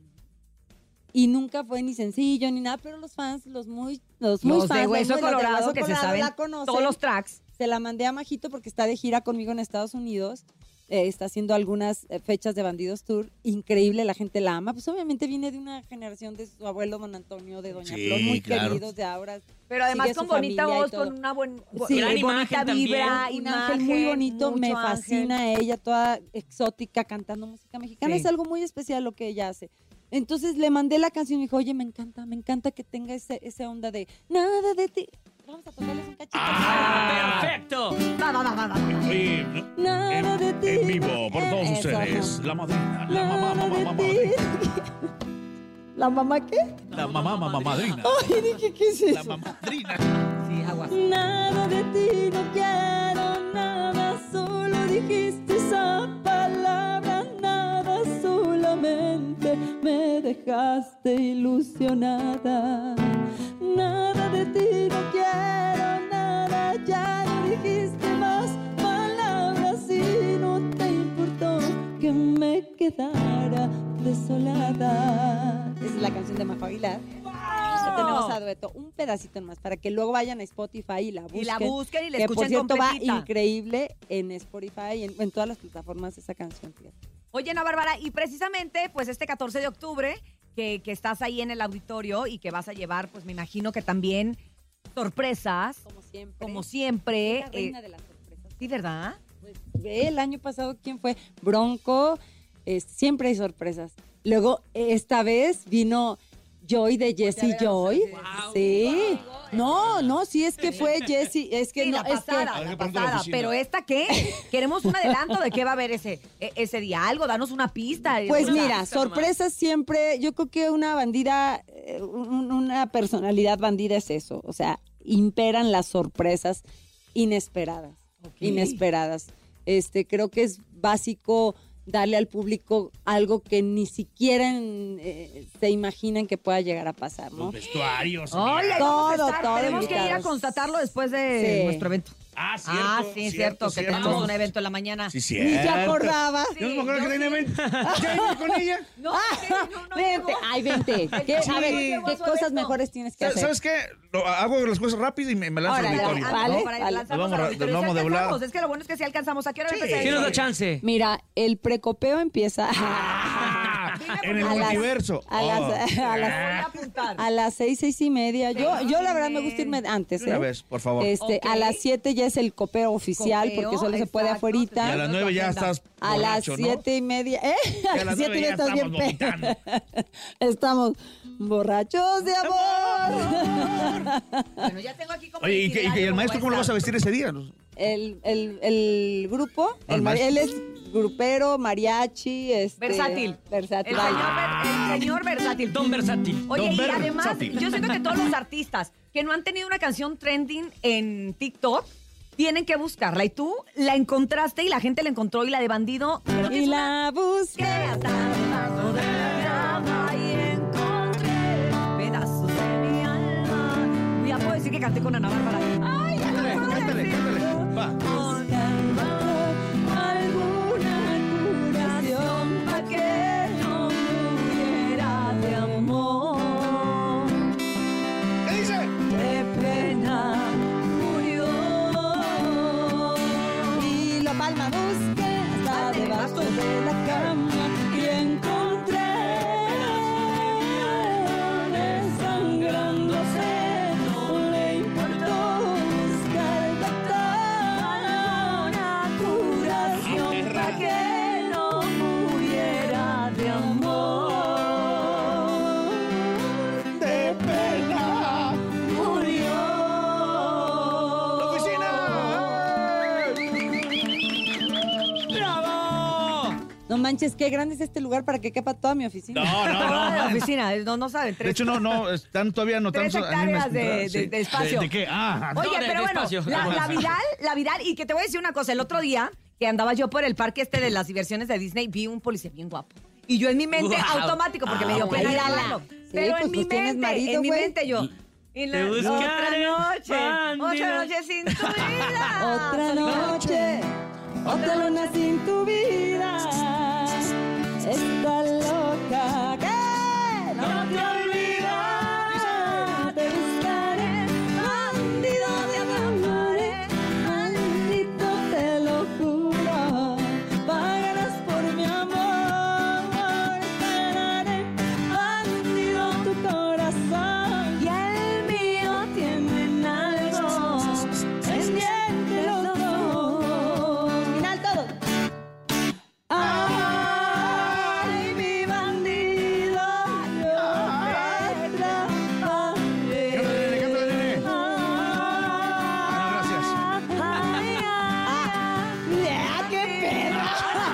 y nunca fue ni sencillo ni nada, pero los fans, los muy, los muy Los fans, de Hueso los muy- los de Colorado Hueso que se Colorado saben la conocen. todos los tracks. Se la mandé a Majito porque está de gira conmigo en Estados Unidos. Eh, está haciendo algunas eh, fechas de Bandidos Tour. Increíble, la gente la ama. Pues obviamente viene de una generación de su abuelo Don Antonio, de Doña Sí, Flor, muy claro. queridos de ahora. Pero además Sigue con su bonita familia y voz, todo. con una buen, Sí, gran bonita imagen también. vibra, Un ángel muy imagen, bonito, me mucho ángel. fascina ella, toda exótica, cantando música mexicana. Sí. Es algo muy especial lo que ella hace. Entonces le mandé la canción y me dijo, oye, me encanta, me encanta que tenga ese, esa onda de nada de ti. Vamos a tocarles un cachito. ¡Ah, perfecto! Va, va, va, va, va. Oye, Nada de ti. en vivo por todos Eso, ustedes, ajá. la madrina, la mamá, Nada mamá, de mamá, ti. ¿La mamá qué? la mamá, mamá, madrina, Ay, dije, ¿qué es la eso? mamadrina. Sí, aguas. Nada de ti, no quiero nada, solo dijiste esa palabra, nada, solamente me dejaste ilusionada. Nada de ti, no quiero nada, ya no dijiste más palabras y no te importó que me quedara desolada. Esa es la canción de Majo Aguilar. Ya tenemos a dueto un pedacito más para que luego vayan a Spotify y la busquen. Y la busquen y la que por escuchen cierto va completita. increíble en Spotify y en, en todas las plataformas esa canción. Fíjate. Oye, Ana Bárbara, y precisamente, pues este catorce de octubre, que, que estás ahí en el auditorio y que vas a llevar, pues me imagino que también sorpresas, Como siempre. como siempre. La reina eh, de las sorpresas. sí, ¿verdad? Pues, ve, el año pasado, ¿quién fue? Bronco. eh, siempre hay sorpresas. Luego, esta vez vino Joy de Jessie Joy. Sí. No, no, sí es que fue Jessie. Es que Sí, no, la es que. pasada, Hay que la ponerlo en la pasada. oficina. Pero ¿esta qué? Queremos un adelanto de qué va a haber ese, e- ese día. Algo, danos una pista. Pues Una- mira, sorpresas siempre, yo creo que una bandida, eh, un- una personalidad bandida es eso, o sea, imperan las sorpresas inesperadas, Ok. inesperadas. Este, creo que es básico darle al público algo que ni siquiera eh, se imaginan que pueda llegar a pasar, ¿no? Los vestuarios. Oye, todo, todo, todo tenemos que ir a invitados. constatarlo después de Sí. nuestro evento. Ah, cierto. Ah, sí, cierto, que tenemos un evento en la mañana. Sí, Ni cierto. te acordabas. Yo no me acuerdo que tenía evento. ¿Ya iba con ella? No, Vente, ay, vente. ¿Qué- Sí. A ver, ¿qué cosas mejores tienes que hacer? ¿Sabes qué? Lo- hago las cosas rápido y me, me lanzo al Órale, auditorio. vale, ¿no? vale. Para Nos lanzarnos vamos, al ra- auditorio. nos vamos Sí de volada. alcanzamos, es que lo bueno es que sí alcanzamos. ¿A qué hora Sí. empezar? Sí nos da chance. Mira, el precopeo empieza En el a las- multiverso. a las, Oh. a las, Voy a apuntar. a las seis, seis y media. Yo, yo la verdad me gusta irme antes, Una ¿eh? vez, por favor. Este, Ok. A las siete ya es el copeo oficial, Copeo, porque solo se puede exacto. afuerita. Y a las nueve ya estás A las borracho, ¿no? siete y media, ¿eh? A Y a las las siete y nueve media ya estás bien estamos pe- Estamos borrachos de amor. Bueno, ya tengo aquí como Oye, ¿y, que- y que el itinerario maestro cómo lo vas a vestir ese día? El, el, el grupo, El el mari- él maestro. es grupero, mariachi, este, Versátil. versátil. El señor, ver- el señor versátil. Don versátil. Oye, Don y Ver- además, versátil. yo siento que todos los artistas que no han tenido una canción trending en TikTok tienen que buscarla. Y tú la encontraste y la gente la encontró y la de Bandido. creo que Y es una- la busqué. que hasta debajo de la grama y encontré pedazos de mi alma. Ya puedo decir que canté con Ana Bárbara. Ay, ya lo puedo Cántale, decir. cántale. Va. Buscando alguna curación pa' que no muriera de amor. ¿Qué dice? De pena murió. Y la palma busqué hasta debajo de la cama y encontré desangrándose. No le importó buscar el doctor una curación para que no muriera de amor. De pena murió. ¡Bravo! No manches, qué grande es este lugar para que quepa toda mi oficina. No, no, Toda la no. oficina, no, no saben. De Tres, hecho, no, no, están todavía no tres hectáreas de, de- de espacio. ¿De, de qué? Ah, Oye, No, de- pero de bueno, espacio. la, la Vidal, la Vidal, y que te voy a decir una cosa, el otro día que andaba yo por el parque este de las diversiones de Disney, vi un policía bien guapo. Y yo en mi mente, Guau. automático, porque me dio Ah, pena mírala. llamarlo. Sí, Pero pues, en mi pues, tienes mente, marido, en mi güey. mente yo. Y la, Te otra buscaré, noche, bandido. otra noche sin tu vida. Otra noche, otra luna sin tu vida. Está loca que no te olvidas. Te buscaré, bandido de amores, maldito te lo juro. Pagarás por mi amor. Esperaré, bandido tu corazón y el mío tienen algo pendiente los dos. Final todo. Ay, mi bandido, yo te atraparé. Cántale, cántale, nene. No, gracias. Ay, ay, ay, qué perra.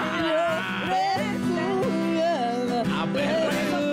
Ah, perro.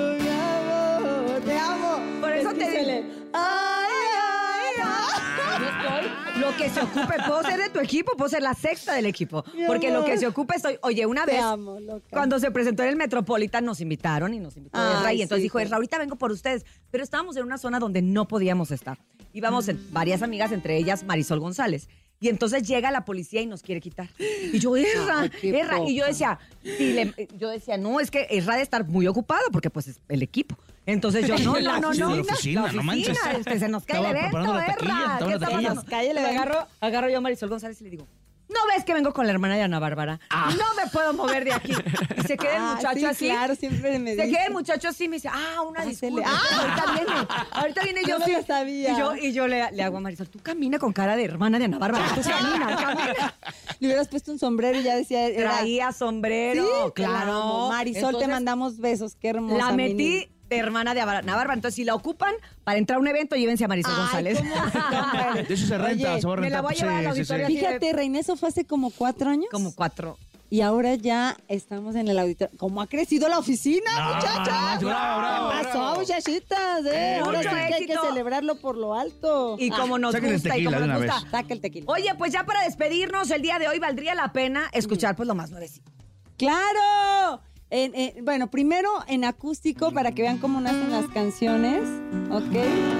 Te amo. Por eso te Dísele. digo. Ay, ay, ay. Yo estoy, lo que se ocupe, puedo ser de tu equipo, puedo ser la sexta del equipo. Mi Porque lo amor. que se ocupe estoy. Oye, una Te vez, amo, loca. cuando se presentó en el Metropolitan, nos invitaron y nos invitó Ay, Ezra. Y entonces sí, dijo, pues. Ezra, ahorita vengo por ustedes. Pero estábamos en una zona donde no podíamos estar. Íbamos en varias amigas, entre ellas Marisol González. Y entonces llega la policía y nos quiere quitar. Y yo, Ezra, Ay, qué Ezra. Y yo poca. decía, sí, le- yo decía, no, es que Ezra de estar muy ocupado porque pues es el equipo. Entonces yo, no, La no, no, oficina, no. la oficina, no manches. es que se nos cae Estaba el evento, preparando la taquilla, Ezra. estaba ¿Qué en la está taquilla. pasando? Cállale, Le venga. agarro, agarro yo a Marisol González y le digo, ¿no ves que vengo con la hermana de Ana Bárbara? No me puedo mover de aquí. Y se queda el Ah, muchacho sí, así. claro, siempre me Se dice. queda el muchacho así y me dice, ah, una Pásele. disculpa. Ah. Ahorita viene, ahorita viene yo Yo no sí. lo sabía. Y yo, y yo le, le hago a Marisol, tú camina con cara de hermana de Ana Bárbara. Tú camina, camina. Le hubieras puesto un sombrero y ya decía. Era... Traía sombrero, Sí, claro. Marisol, te Entonces, mandamos besos, qué hermosa. la mi metí niña. de hermana de Ana Bárbara. Entonces, si la ocupan para entrar a un evento, llévense a Marisol Ay, González. ¿cómo se- De eso se renta, Oye, se va a me la rentar. voy a llevar al Sí, sí, sí. auditorio. Fíjate, Reina, eso fue hace como cuatro años. Como cuatro. Y ahora ya estamos en el auditorio. ¿Cómo ha crecido la oficina, No, muchachas? no, bravo, bravo, ¿Qué pasó, bravo. muchachitas? Eh, Eh, ahora sí mucho que hay que éxito. celebrarlo por lo alto. Y como nos Saquen el gusta y tequila como de nos una gusta. vez. Saca el tequila. Oye, pues ya para despedirnos el día de hoy valdría la pena escuchar pues lo más nuevecito. ¡Claro! En- en- bueno, primero en acústico para que vean cómo nacen las canciones. ¿Ok?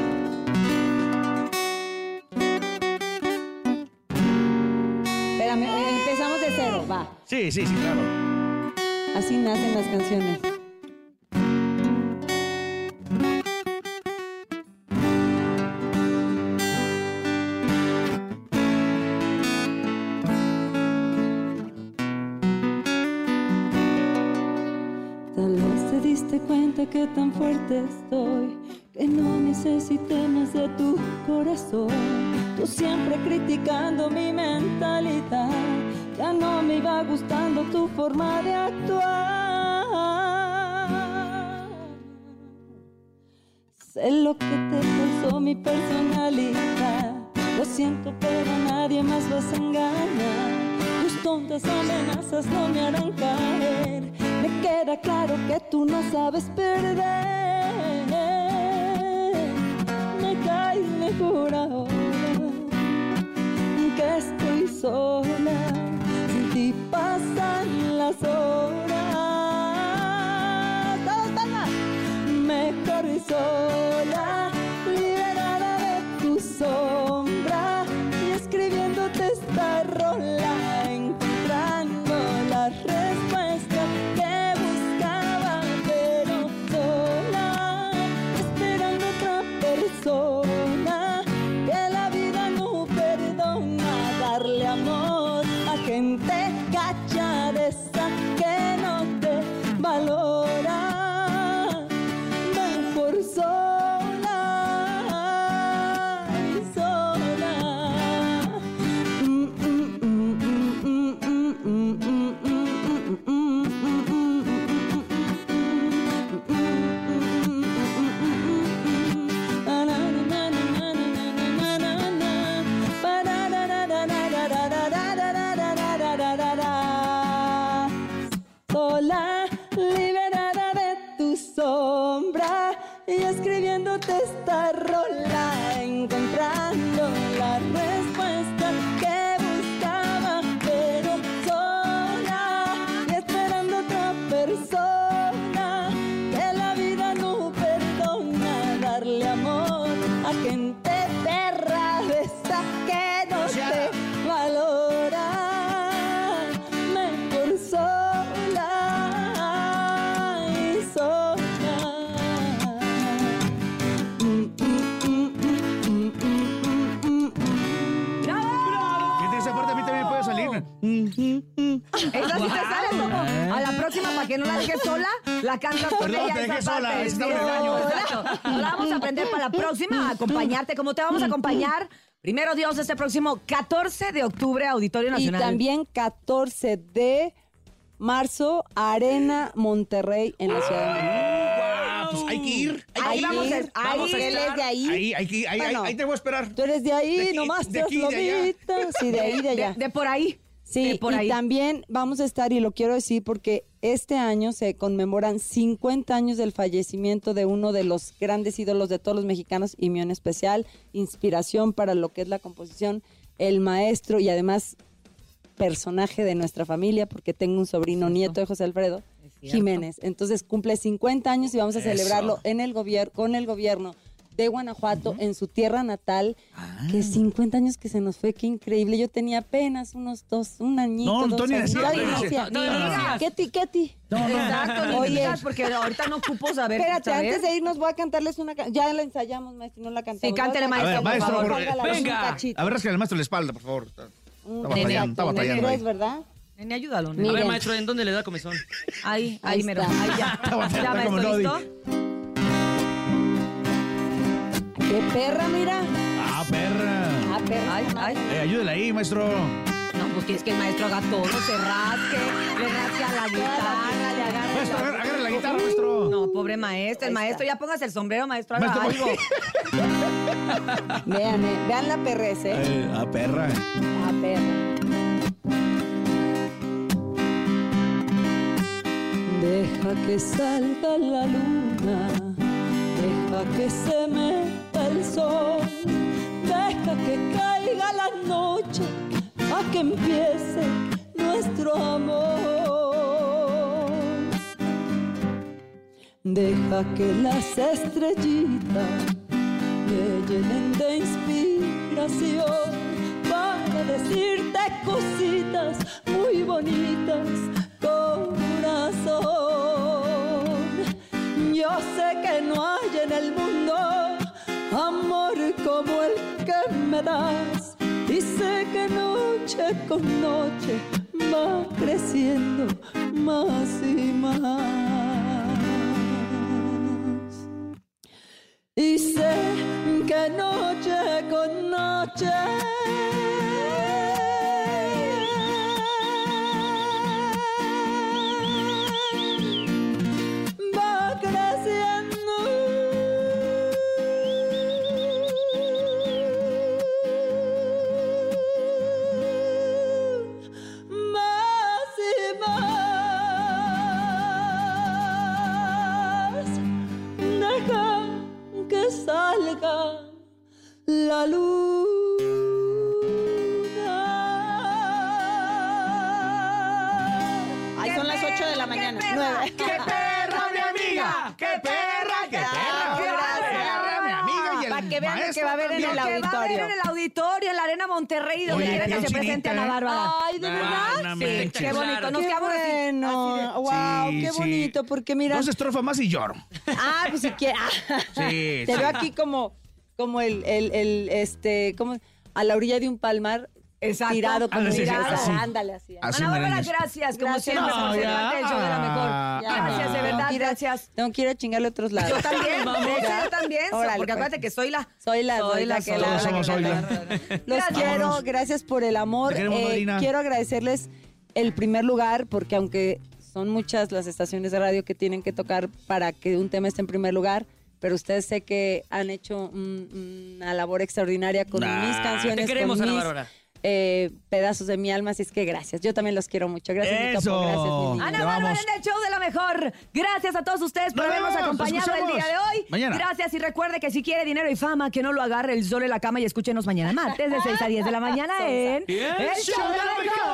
Espérame, eh, empezamos de cero, va. Sí, sí, sí, claro. Así nacen las canciones. Tal vez te diste cuenta que tan fuerte estoy, que no necesité más de tu corazón. Tú siempre criticando mi mentalidad, ya no me iba gustando tu forma de actuar. Sé lo que te causó mi personalidad, lo siento pero a nadie más vas a engañar. Tus tontas amenazas no me harán caer, me queda claro que tú no sabes perder. Me caes mejor ahora que estoy sola, sin ti pasan las horas. ¡Todos, palmas! Mejor sola, liberada de tu sombra y escribiéndote esta rola, encontrando la respuesta que buscaba, pero sola, esperando otra persona que la vida no perdona. Darle amor a gente gacha de esa que no te valora. Mejor sola y sola. Mm, mm, mm, mm, mm, mm, mm, mm, mm, sola, liberada de tu sombra y escribiéndote esta rola, encontrando la respuesta que buscaba, pero sola y esperando otra persona que la vida no perdona. Darle amor a gente perra de esa que no te valora. Mejor sola y sola. Mm, mm, mm, mm, mm, mm, mm. Fíjate, esa parte a mí también puede salir. Esa sí te sale como a la próxima, para que no la dejes sola, la cantas con Perdón, ella te esa dejé sola, parte. estaba en el Sí, baño. exacto. Nos la vamos a aprender para la próxima, a acompañarte. ¿Cómo te vamos a acompañar? Primero Dios, este próximo catorce de octubre, Auditorio Y Nacional. también catorce de marzo, Arena Monterrey en la Ciudad de México. Ah, pues hay que ir. Hay Ahí que vamos ir. a- ahí Vamos a él estar. es de ahí. Ahí, hay que ir. Ahí, ahí- Bueno. ahí te voy a esperar. Tú eres de ahí, De aquí- nomás de te aquí y de allá. lobitas. Sí, de ahí, de allá. De, de por ahí. Sí, de por y ahí. también vamos a estar, y lo quiero decir porque este año se conmemoran cincuenta años del fallecimiento de uno de los grandes ídolos de todos los mexicanos, y mío en especial, inspiración para lo que es la composición, el maestro y además personaje de nuestra familia, porque tengo un sobrino nieto de José Alfredo cierto. Jiménez. Entonces cumple cincuenta años y vamos a Eso. celebrarlo en el gobierno, con el gobierno de Guanajuato, en su tierra natal, que cincuenta años que se nos fue, qué increíble. Yo tenía apenas unos dos, un añito, No, dos Tony años. decía, Ay, Tony no, decía. sí, No, no, no, no. Ketty, Ketty. Exacto, ni Oye. digas, porque ahorita no ocupo saber. Espérate, saber. antes de irnos voy a cantarles una canción. Ya la ensayamos, maestro, no la cantamos. Sí, cántele, Voy a maestro, A ver, cantar- maestro, por por- favor, póngala, venga. un cachito. A ver, rasca al maestro la espalda, por favor. Está, Un- está batallando, está exacto, batallando ahí. ¿es verdad? Nene, ayúdalo, A nene. ver, Miren. maestro, ¿en dónde le da comezón? Ahí, ahí, Ahí mero. está. Ahí ya. batallando, Ya, está como maestro, Nodi. ¿listo? ¡Qué perra, mira! Ah, perra. Ah, perra. Ay, ay. Eh, ayúdela ahí, maestro. No, pues quieres que el maestro haga todo, se rasque, le rasque a la guitarra, le agarre. Maestro, la- agarra, agarra la guitarra, maestro. No, pobre maestro, el Ahí maestro, está. ya póngase el sombrero, maestro, haga Maestro, algo. Vean, eh, vean la perrez, ¿eh? Eh, ah, perra. Ah, perra. Deja que salga la luna, deja que se meta el sol, deja que caiga la noche, a que empiece nuestro amor. pa' que las estrellitas me llenen de inspiración para decirte cositas muy bonitas, corazón. Yo sé que no hay en el mundo amor como el que me das, y sé que noche con noche va creciendo más y más. Y sé que noche con noche va creciendo más y más. Deja que salga la luna. Ay, son las ocho de la mañana. Nueve. ¡Qué perra, mi amiga! ¡Qué perra, qué perra! ¡Qué perra, mi amiga! Y el Para que vean lo que maestro va a haber en el también. auditorio. Que va a haber en el auditorio, en la Arena Monterrey, donde Oye, quieren que piel se presente chinita, Ana ¿eh? Bárbara. Ay, ¿de Ah, verdad? no Sí, manches. qué bonito. Nos Qué quedamos así. bueno, wow, Sí, qué sí. bonito, porque mira, Dos estrofas más y lloro. ah, pues si quieres, Sí, te sí. veo aquí como, como el, el, el, este, como a la orilla de un palmar, Exacto. tirado, como Ándale, sí, tirado, así. ándale así. Así Ana Bárbara, merengues. gracias, como Gracias. siempre, No, por ser ya. parte del show de la mejor. Gracias, de verdad, Tengo que ir a- gracias. Tengo que ir a chingarle a otros lados. Yo también, Vamos. de hecho, yo también, so- Órale, porque pues. acuérdate que soy la... Soy la, soy la que soy la, Todos la somos que hoy la- la- Los Gracias. quiero, gracias por el amor. Te queremos, Eh, madrina. quiero agradecerles el primer lugar, porque aunque son muchas las estaciones de radio que tienen que tocar para que un tema esté en primer lugar, pero ustedes sé que han hecho un- una labor extraordinaria con Nah. mis canciones, Te queremos, con Ana mis Bárbara. eh, pedazos de mi alma, así es que gracias. Yo también los quiero mucho. Gracias, mi Eso. topo. Gracias, mi niño. Ana Ya Bárbara vamos. en el show de la mejor. Gracias a todos ustedes por Nos habernos vemos, acompañado el escuchamos. día de hoy. Mañana. Gracias y recuerde que si quiere dinero y fama, que no lo agarre el sol en la cama y escúchenos mañana martes de seis a diez de la mañana en El El Show de la Mejor.